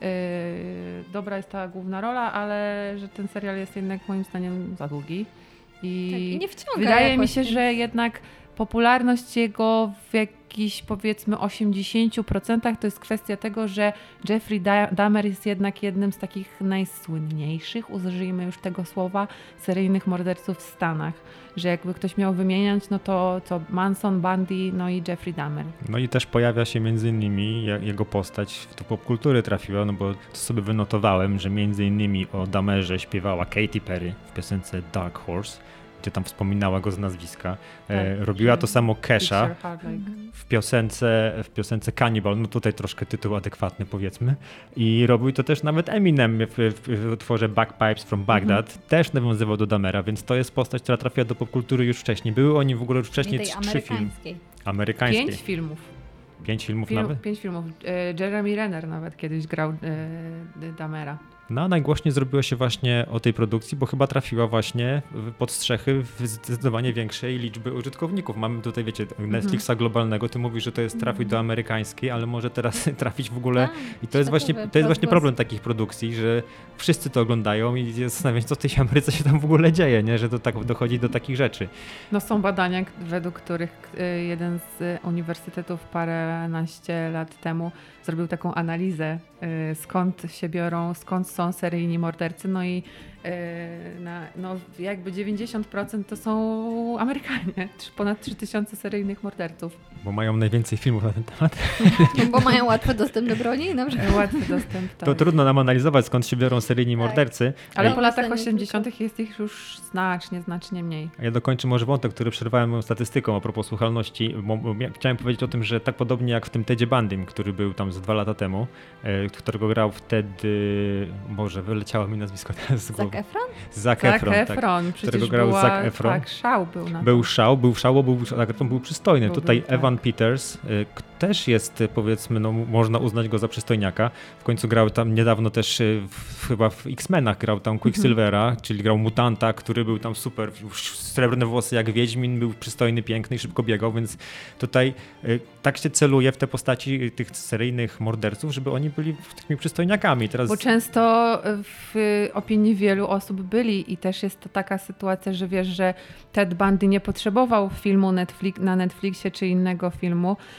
Yy, dobra jest ta główna rola, ale że ten serial jest jednak moim zdaniem za długi. I, tak, i nie wciąga wydaje jakoś. mi się, że jednak popularność jego w jakichś powiedzmy osiemdziesiąt procent to jest kwestia tego, że Jeffrey Dahmer jest jednak jednym z takich najsłynniejszych, użyjmy już tego słowa, seryjnych morderców w Stanach. Że jakby ktoś miał wymieniać, no to, to Manson, Bundy, no i Jeffrey Dahmer. No i też pojawia się między innymi jego postać do popkultury trafiła, no bo to sobie wynotowałem, że między innymi o Dahmerze śpiewała Katy Perry w piosence Dark Horse, gdzie tam wspominała go z nazwiska. Tak, e, robiła to samo Kesha w piosence, w piosence Cannibal, no tutaj troszkę tytuł adekwatny powiedzmy. I robił to też nawet Eminem w, w, w utworze Bagpipes from Baghdad, mhm. też nawiązywał do Dahmera, więc to jest postać, która trafiła do popkultury już wcześniej. Były o nim w ogóle już wcześniej trzy filmy. Amerykańskiej. Pięć filmów. Pięć filmów Film, nawet? Pięć filmów. E, Jeremy Renner nawet kiedyś grał e, Dahmera. No a najgłośniej zrobiło się właśnie o tej produkcji, bo chyba trafiła właśnie pod strzechy zdecydowanie większej liczby użytkowników. Mamy tutaj, wiecie, Netflixa globalnego, ty mówisz, że to jest trafić do amerykańskiej, ale może teraz trafić w ogóle i to jest właśnie, to jest właśnie problem takich produkcji, że wszyscy to oglądają i zastanawiam się, co w tej Ameryce się tam w ogóle dzieje, nie? Że to tak dochodzi do takich rzeczy. No są badania, według których jeden z uniwersytetów paręnaście lat temu zrobił taką analizę, skąd się biorą, skąd są seryjni mordercy, no i na, no jakby dziewięćdziesiąt procent to są Amerykanie, ponad trzy tysiące seryjnych morderców. Bo mają najwięcej filmów na ten temat. Bo mają łatwy dostęp do broni? Na przykład. Łatwy dostęp, tak. To trudno nam analizować, skąd się biorą seryjni tak. mordercy. Ale po latach osiemdziesiątych jest ich już znacznie, znacznie mniej. A ja dokończę może wątek, który przerwałem moją statystyką a propos słuchalności. Bo, bo chciałem powiedzieć o tym, że tak podobnie jak w tym Tedzie Bandym, który był tam z dwa lata temu, e, którego grał wtedy, Boże, wyleciało mi nazwisko teraz z głowy. Zac Efron? Zac Efron, Zac Efron. tak, Przecież którego grał była, Zac Efron. Tak, szał był na to. Był szał, był szał, bo był, Zac Efron był przystojny. Był, Tutaj był, Evan tak. Peters y, też jest, powiedzmy, no można uznać go za przystojniaka. W końcu grał tam niedawno też y, w, chyba w X-Menach grał tam Quicksilvera, mhm. czyli grał mutanta, który był tam super, srebrne włosy jak Wiedźmin, był przystojny, piękny i szybko biegał, więc tutaj y, tak się celuje w te postaci tych seryjnych morderców, żeby oni byli takimi przystojniakami. Teraz... Bo często w opinii wielu osób byli i też jest to taka sytuacja, że wiesz, że Ted Bundy nie potrzebował filmu Netflix, na Netflixie czy innego filmu,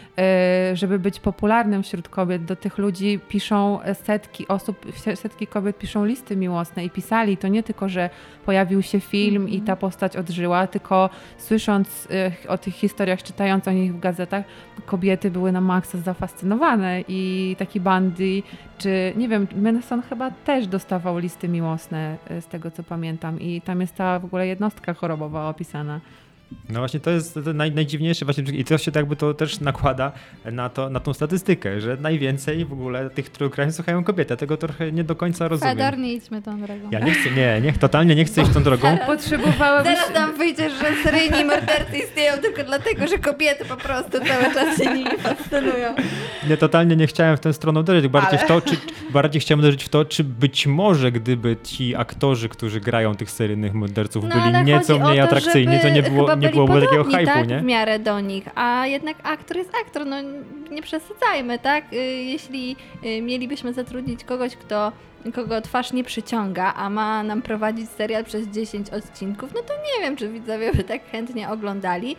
żeby być popularnym wśród kobiet, do tych ludzi piszą setki osób, setki kobiet piszą listy miłosne i pisali. To nie tylko, że pojawił się film mm-hmm. i ta postać odżyła, tylko słysząc o tych historiach, czytając o nich w gazetach, kobiety były na maksa zafascynowane i taki Bundy, czy nie wiem, Manson chyba też dostawał listy miłosne z tego, co pamiętam i tam jest ta w ogóle jednostka chorobowa opisana. No właśnie to jest to naj, najdziwniejsze właśnie i to się jakby to też nakłada na, to, na tą statystykę, że najwięcej w ogóle tych true crime słuchają kobiety. Tego trochę nie do końca rozumiem. Fedor, nie idźmy tą drogą. Ja nie chcę, nie, nie, totalnie nie chcę iść tą drogą. Potrzebowałabyś... Teraz nam wyjdzie, że seryjni mordercy istnieją tylko dlatego, że kobiety po prostu cały czas się nimi fascynują. Nie, totalnie nie chciałem w tę stronę uderzyć. Bardziej, Ale... w to, czy, bardziej chciałem uderzyć w to, czy być może gdyby ci aktorzy, którzy grają tych seryjnych morderców no, byli nieco mniej to, atrakcyjni, to nie było, nie byłoby takiego hype'u, tak, nie? w miarę do nich, a jednak aktor jest aktor, no nie przesadzajmy, tak? Jeśli mielibyśmy zatrudnić kogoś, kto kogo twarz nie przyciąga, a ma nam prowadzić serial przez dziesięć odcinków, no to nie wiem, czy widzowie by tak chętnie oglądali.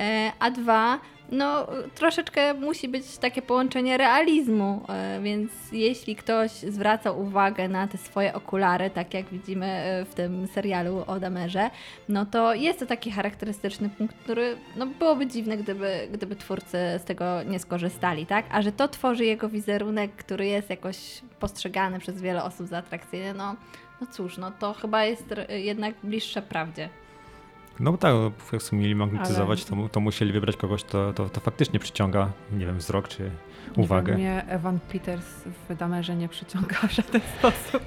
A dwa, no troszeczkę musi być takie połączenie realizmu, więc jeśli ktoś zwraca uwagę na te swoje okulary, tak jak widzimy w tym serialu o Dahmerze, no to jest to taki charakterystyczny punkt, który no byłoby dziwne, gdyby, gdyby twórcy z tego nie skorzystali, tak? A że to tworzy jego wizerunek, który jest jakoś postrzegany przez wiele osób za atrakcyjny, no, no cóż, no to chyba jest jednak bliższe prawdzie. No tak, jak mieli magnetyzować, Ale... to, to musieli wybrać kogoś, to, to, to faktycznie przyciąga, nie wiem, wzrok czy uwagę. Nie wiem, mnie Evan Peters w Dahmerze nie przyciąga w żaden sposób.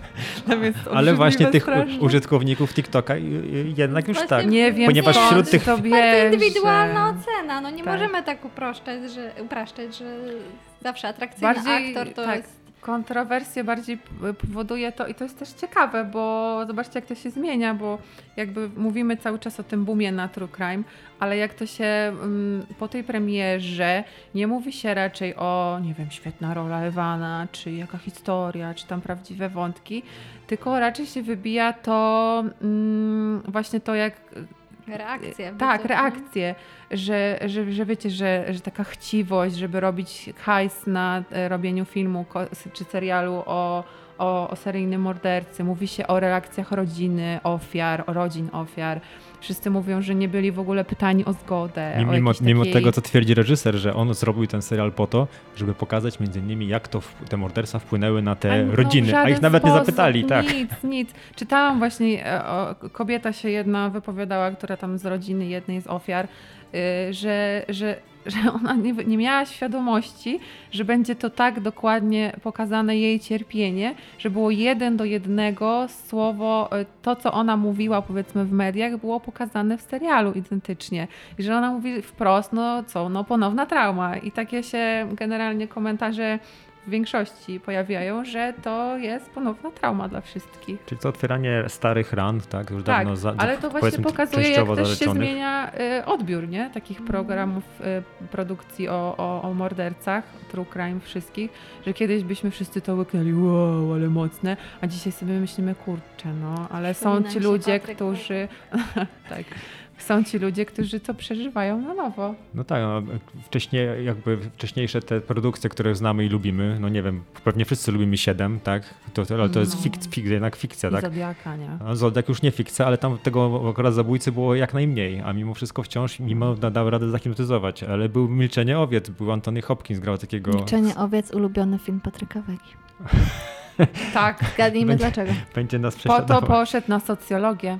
Ale właśnie tych straszne. użytkowników TikToka jednak już tak. Nie wiem, ponieważ skąd wśród tych... to Bardzo bierze. indywidualna ocena, no nie tak. możemy tak upraszczać, że, upraszczać, że zawsze atrakcyjny Bardziej, aktor to tak. jest... Kontrowersje bardziej powoduje to i to jest też ciekawe, bo zobaczcie, jak to się zmienia, bo jakby mówimy cały czas o tym boomie na true crime, ale jak to się um, po tej premierze nie mówi się raczej o, nie wiem, świetna rola Evana, czy jaka historia, czy tam prawdziwe wątki, tylko raczej się wybija to um, właśnie to, jak Reakcje. Tak, reakcje, że, że, że wiecie, że, że taka chciwość, żeby robić hajs na robieniu filmu czy serialu o, o, o seryjnym mordercy. Mówi się o reakcjach rodziny ofiar, o rodzin ofiar. Wszyscy mówią, że nie byli w ogóle pytani o zgodę. Mimo, o mimo takiej... tego, co twierdzi reżyser, że on zrobił ten serial po to, żeby pokazać między innymi, jak to w, te morderstwa wpłynęły na te no, rodziny, a ich nawet sposób, nie zapytali. Tak. Nic, nic. Czytałam właśnie, o, kobieta się jedna wypowiadała, która tam z rodziny jednej z ofiar, yy, że, że że ona nie, nie miała świadomości, że będzie to tak dokładnie pokazane jej cierpienie, że było jeden do jednego słowo, to co ona mówiła powiedzmy w mediach, było pokazane w serialu identycznie. I że ona mówi wprost, no co, no ponowna trauma. I takie się generalnie komentarze w większości pojawiają, że to jest ponowna trauma dla wszystkich. Czyli to otwieranie starych ran, tak? Już tak, dawno za, ale to właśnie pokazuje, jak też się zaleczonych. zmienia y, odbiór, nie? Takich programów y, produkcji o, o, o mordercach, true crime wszystkich, że kiedyś byśmy wszyscy to łyknęli, wow, ale mocne, a dzisiaj sobie myślimy, kurczę, no, ale są ci ludzie, którzy... tak. Są ci ludzie, którzy to przeżywają na nowo. No tak, no, wcześniej, jakby wcześniejsze te produkcje, które znamy i lubimy, no nie wiem, pewnie wszyscy lubimy siedem, tak? To, ale to jest fik, fik, jednak fikcja, I tak? Zodiaka, nie? No, Zodiak już nie fikcja, ale tam tego akurat zabójcy było jak najmniej, a mimo wszystko wciąż mimo dał radę zahipnotyzować, ale był Milczenie owiec, był Anthony Hopkins, grał takiego... Milczenie owiec, ulubiony film Patryka Wegi. Tak. Zgadnijmy Będzie- dlaczego. Będzie nas Po prześladował. to poszedł na socjologię.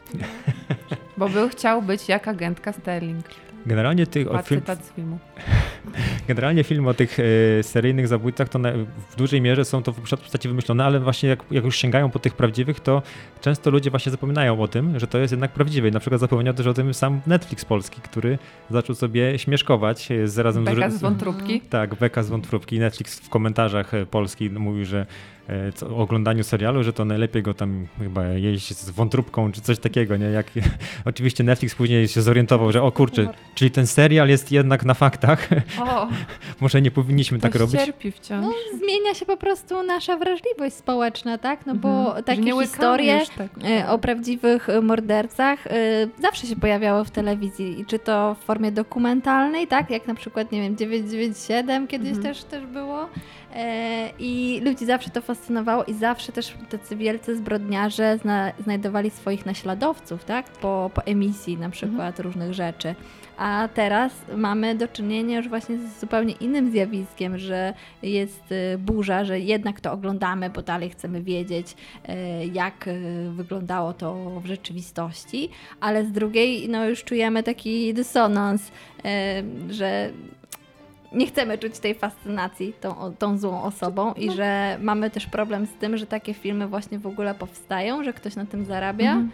Bo był chciał być jak agentka Sterling. Generalnie tych, o, A film, cytat z filmu. generalnie film o tych e, seryjnych zabójcach to na, w dużej mierze są to w postaci wymyślone, ale właśnie jak, jak już sięgają po tych prawdziwych, to często ludzie właśnie zapominają o tym, że to jest jednak prawdziwe. I na przykład zapomniał też o tym sam Netflix polski, który zaczął sobie śmieszkować e, z razem Beka z... z wątróbki. Tak, Beka z wątróbki. Netflix w komentarzach e, polski mówił, że e, co, o oglądaniu serialu, że to najlepiej go tam chyba jeść z wątróbką czy coś takiego, nie? Jak, oczywiście Netflix później się zorientował, że o kurczę, czyli ten serial jest jednak na faktach, O, może nie powinniśmy tak Ktoś robić. cierpi wciąż. No, zmienia się po prostu nasza wrażliwość społeczna, tak? No bo Mhm. takie Że nie łykamy historie już tak. e, o prawdziwych e, mordercach e, zawsze się pojawiały w telewizji. I czy to w formie dokumentalnej, tak? Jak na przykład, nie wiem, dziewięćset dziewięćdziesiąt siedem kiedyś Mhm. też, też było. E, I ludzi zawsze to fascynowało i zawsze też tacy wielcy zbrodniarze zna, znajdowali swoich naśladowców, tak? Po, po emisji na przykład różnych rzeczy. A teraz mamy do czynienia już właśnie z zupełnie innym zjawiskiem, że jest y, burza, że jednak to oglądamy, bo dalej chcemy wiedzieć, y, jak y, wyglądało to w rzeczywistości, ale z drugiej no już czujemy taki dysonans, y, że nie chcemy czuć tej fascynacji tą, tą złą osobą i że mamy też problem z tym, że takie filmy właśnie w ogóle powstają, że ktoś na tym zarabia. Mhm.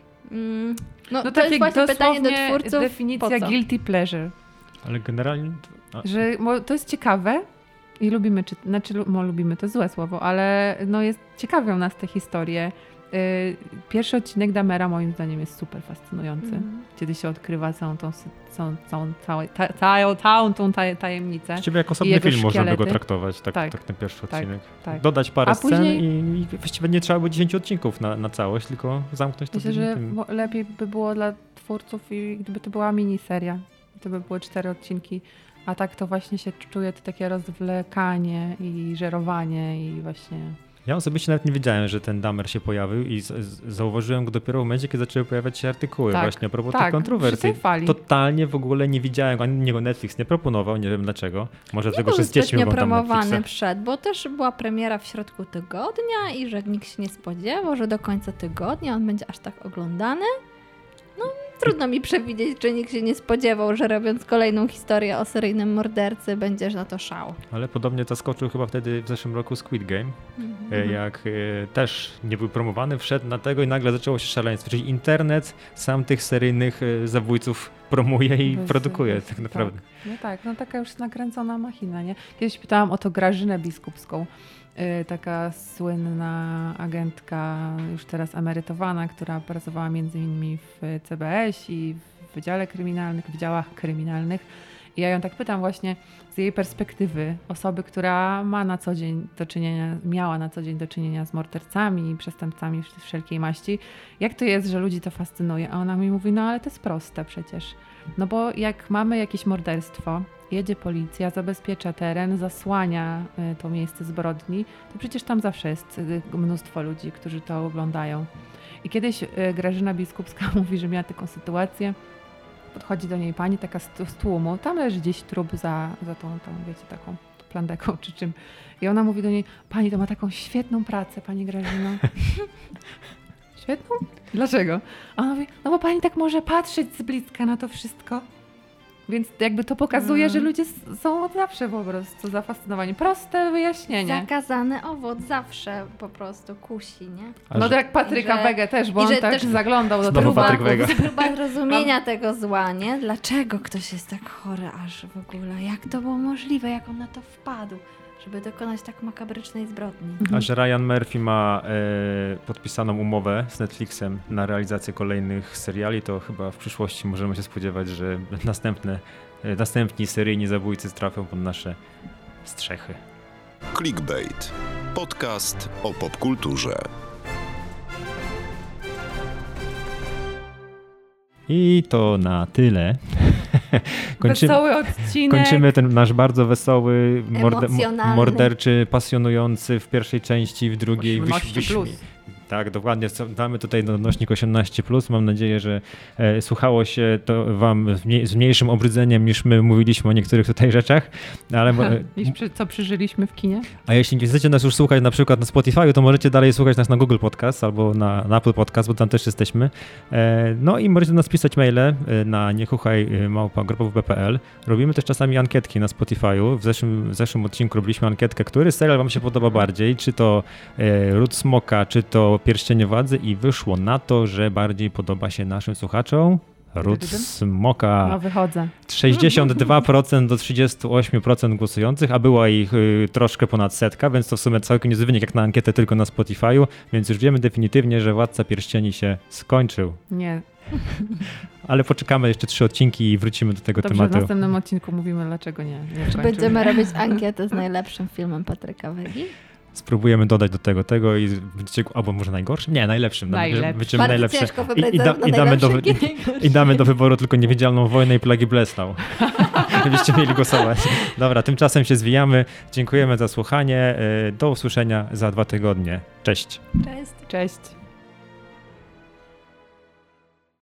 Mm, No, No to jest właśnie pytanie do dosłownie twórców, definicja po co? guilty pleasure. Ale generalnie... A, Że mo- to jest ciekawe i lubimy, czy, znaczy lu- mo, lubimy to złe słowo, ale no jest, ciekawią nas te historie. Y, Pierwszy odcinek Dahmera moim zdaniem jest super fascynujący. Mhm. Kiedy się odkrywa całą tą, sy- całą, całą, całą, ta, całą, całą tą taj- tajemnicę. Właściwie jak I osobny jego film można by go szkielety. traktować, tak, tak. Tak. tak ten pierwszy Tak, odcinek. tak. Dodać parę A scen później- i, i właściwie nie trzeba było dziesięć odcinków na, na całość, tylko zamknąć to Myślę, w że jednym. mo- lepiej by było dla twórców, i gdyby to była miniseria. To by były cztery odcinki. A tak to właśnie się czuje to takie rozwlekanie i żerowanie i właśnie... Ja osobiście nawet nie wiedziałem, że ten Dahmer się pojawił i z, z, zauważyłem go dopiero w momencie, kiedy zaczęły pojawiać się artykuły Tak, właśnie a propos tak, tych kontrowersji. przy tej fali. Totalnie w ogóle nie widziałem, ani niego Netflix nie proponował, nie wiem dlaczego. Może Nie dlatego, był że z dziećmi zbytnio oglądam promowany Netflixa. przed, bo też była premiera w środku tygodnia i że nikt się nie spodziewał, że do końca tygodnia on będzie aż tak oglądany. No, trudno mi przewidzieć, czy nikt się nie spodziewał, że robiąc kolejną historię o seryjnym mordercy, będziesz na to szał. Ale podobnie zaskoczył chyba wtedy w zeszłym roku Squid Game, Mhm. e, jak e, też nie był promowany, wszedł na tego i nagle zaczęło się szaleństwo. Czyli internet sam tych seryjnych e, zabójców promuje i Bez- produkuje bez- tak naprawdę. No tak, no taka już nakręcona machina, nie? Kiedyś pytałam o to Grażynę Biskupską, yy, taka słynna agentka, już teraz emerytowana, która pracowała między innymi w C B S i w Wydziale Kryminalnych, w działach kryminalnych. I ja ją tak pytam właśnie z jej perspektywy osoby, która ma na co dzień do czynienia, miała na co dzień do czynienia z mordercami i przestępcami wszelkiej maści. Jak to jest, że ludzi to fascynuje? A ona mi mówi, no ale to jest proste przecież. No bo jak mamy jakieś morderstwo, jedzie policja, zabezpiecza teren, zasłania y, to miejsce zbrodni, to przecież tam zawsze jest y, mnóstwo ludzi, którzy to oglądają. I kiedyś y, Grażyna Biskupska mówi, że miała taką sytuację, podchodzi do niej pani taka z, z tłumu, tam leży gdzieś trup za, za tą, tą, wiecie, taką plandeką czy czym. I ona mówi do niej, pani to ma taką świetną pracę, pani Grażyno. Świetną? Dlaczego? A ona mówi, no bo pani tak może patrzeć z bliska na to wszystko. Więc jakby to pokazuje, Mm. że ludzie s- są od zawsze po prostu zafascynowani. Proste wyjaśnienie. Zakazany owoc zawsze po prostu kusi, nie? A No że- to jak Patryka I że- Wege też, bo i on że tak też zaglądał do Znowu tego Patryk Wega. Próba zrozumienia tego zła, nie? Dlaczego ktoś jest tak chory aż w ogóle? Jak to było możliwe? Jak on na to wpadł? Żeby dokonać tak makabrycznej zbrodni. A że Ryan Murphy ma e, podpisaną umowę z Netflixem na realizację kolejnych seriali, to chyba w przyszłości możemy się spodziewać, że następne, e, następni seryjni zabójcy trafią pod nasze strzechy. Clickbait. Podcast o popkulturze. I to na tyle. Kończymy, Wesoły odcinek. kończymy ten nasz bardzo wesoły, morde, Emocjonalny. morderczy, pasjonujący w pierwszej części, w drugiej osiemnaście wyś- plus. wyśmie- Tak, dokładnie. Co- Damy tutaj odnośnik osiemnaście plus. Mam nadzieję, że e, słuchało się to wam z, mniej, z mniejszym obrzydzeniem niż my mówiliśmy o niektórych tutaj rzeczach. Ale, mo- e, Niż przy, co przeżyliśmy w kinie. a jeśli nie chcecie nas już słuchać na przykład na Spotify, to możecie dalej słuchać nas na Google Podcast albo na, na Apple Podcast, bo tam też jesteśmy. E, no i możecie nas pisać maile e, na niechuchaj małpa grupa w b kropka p l. Robimy też czasami ankietki na Spotify'u. W zeszłym, w zeszłym odcinku robiliśmy ankietkę, który serial wam się podoba bardziej, czy to e, Ród Smoka, czy to Pierścienie Władzy i wyszło na to, że bardziej podoba się naszym słuchaczom Ród Smoka. No wychodzę. sześćdziesiąt dwa procent do trzydzieści osiem procent głosujących, a była ich y, troszkę ponad setka, więc to w sumie całkiem niezły wynik jak na ankietę tylko na Spotify'u, więc już wiemy definitywnie, że Władca Pierścieni się skończył. Nie. ale poczekamy jeszcze trzy odcinki i wrócimy do tego Dobrze, tematu. w następnym odcinku mówimy, dlaczego nie. nie Czy będziemy robić ankietę z najlepszym filmem Patryka Wegi? Spróbujemy dodać do tego tego i będziecie, albo może najgorszym? Nie, najlepszym. Najlepszy. Będziemy Bardzo najlepsze. ciężko wybrać I, i, da, zarówno i, damy do, najlepszy, i, jak i najgorszy. I damy do wyboru tylko Niewidzialną Wojnę i Plagi Breslau. Żebyście mieli głosować. Dobra, tymczasem się zwijamy. Dziękujemy za słuchanie. Do usłyszenia za dwa tygodnie. Cześć. Cześć. Cześć.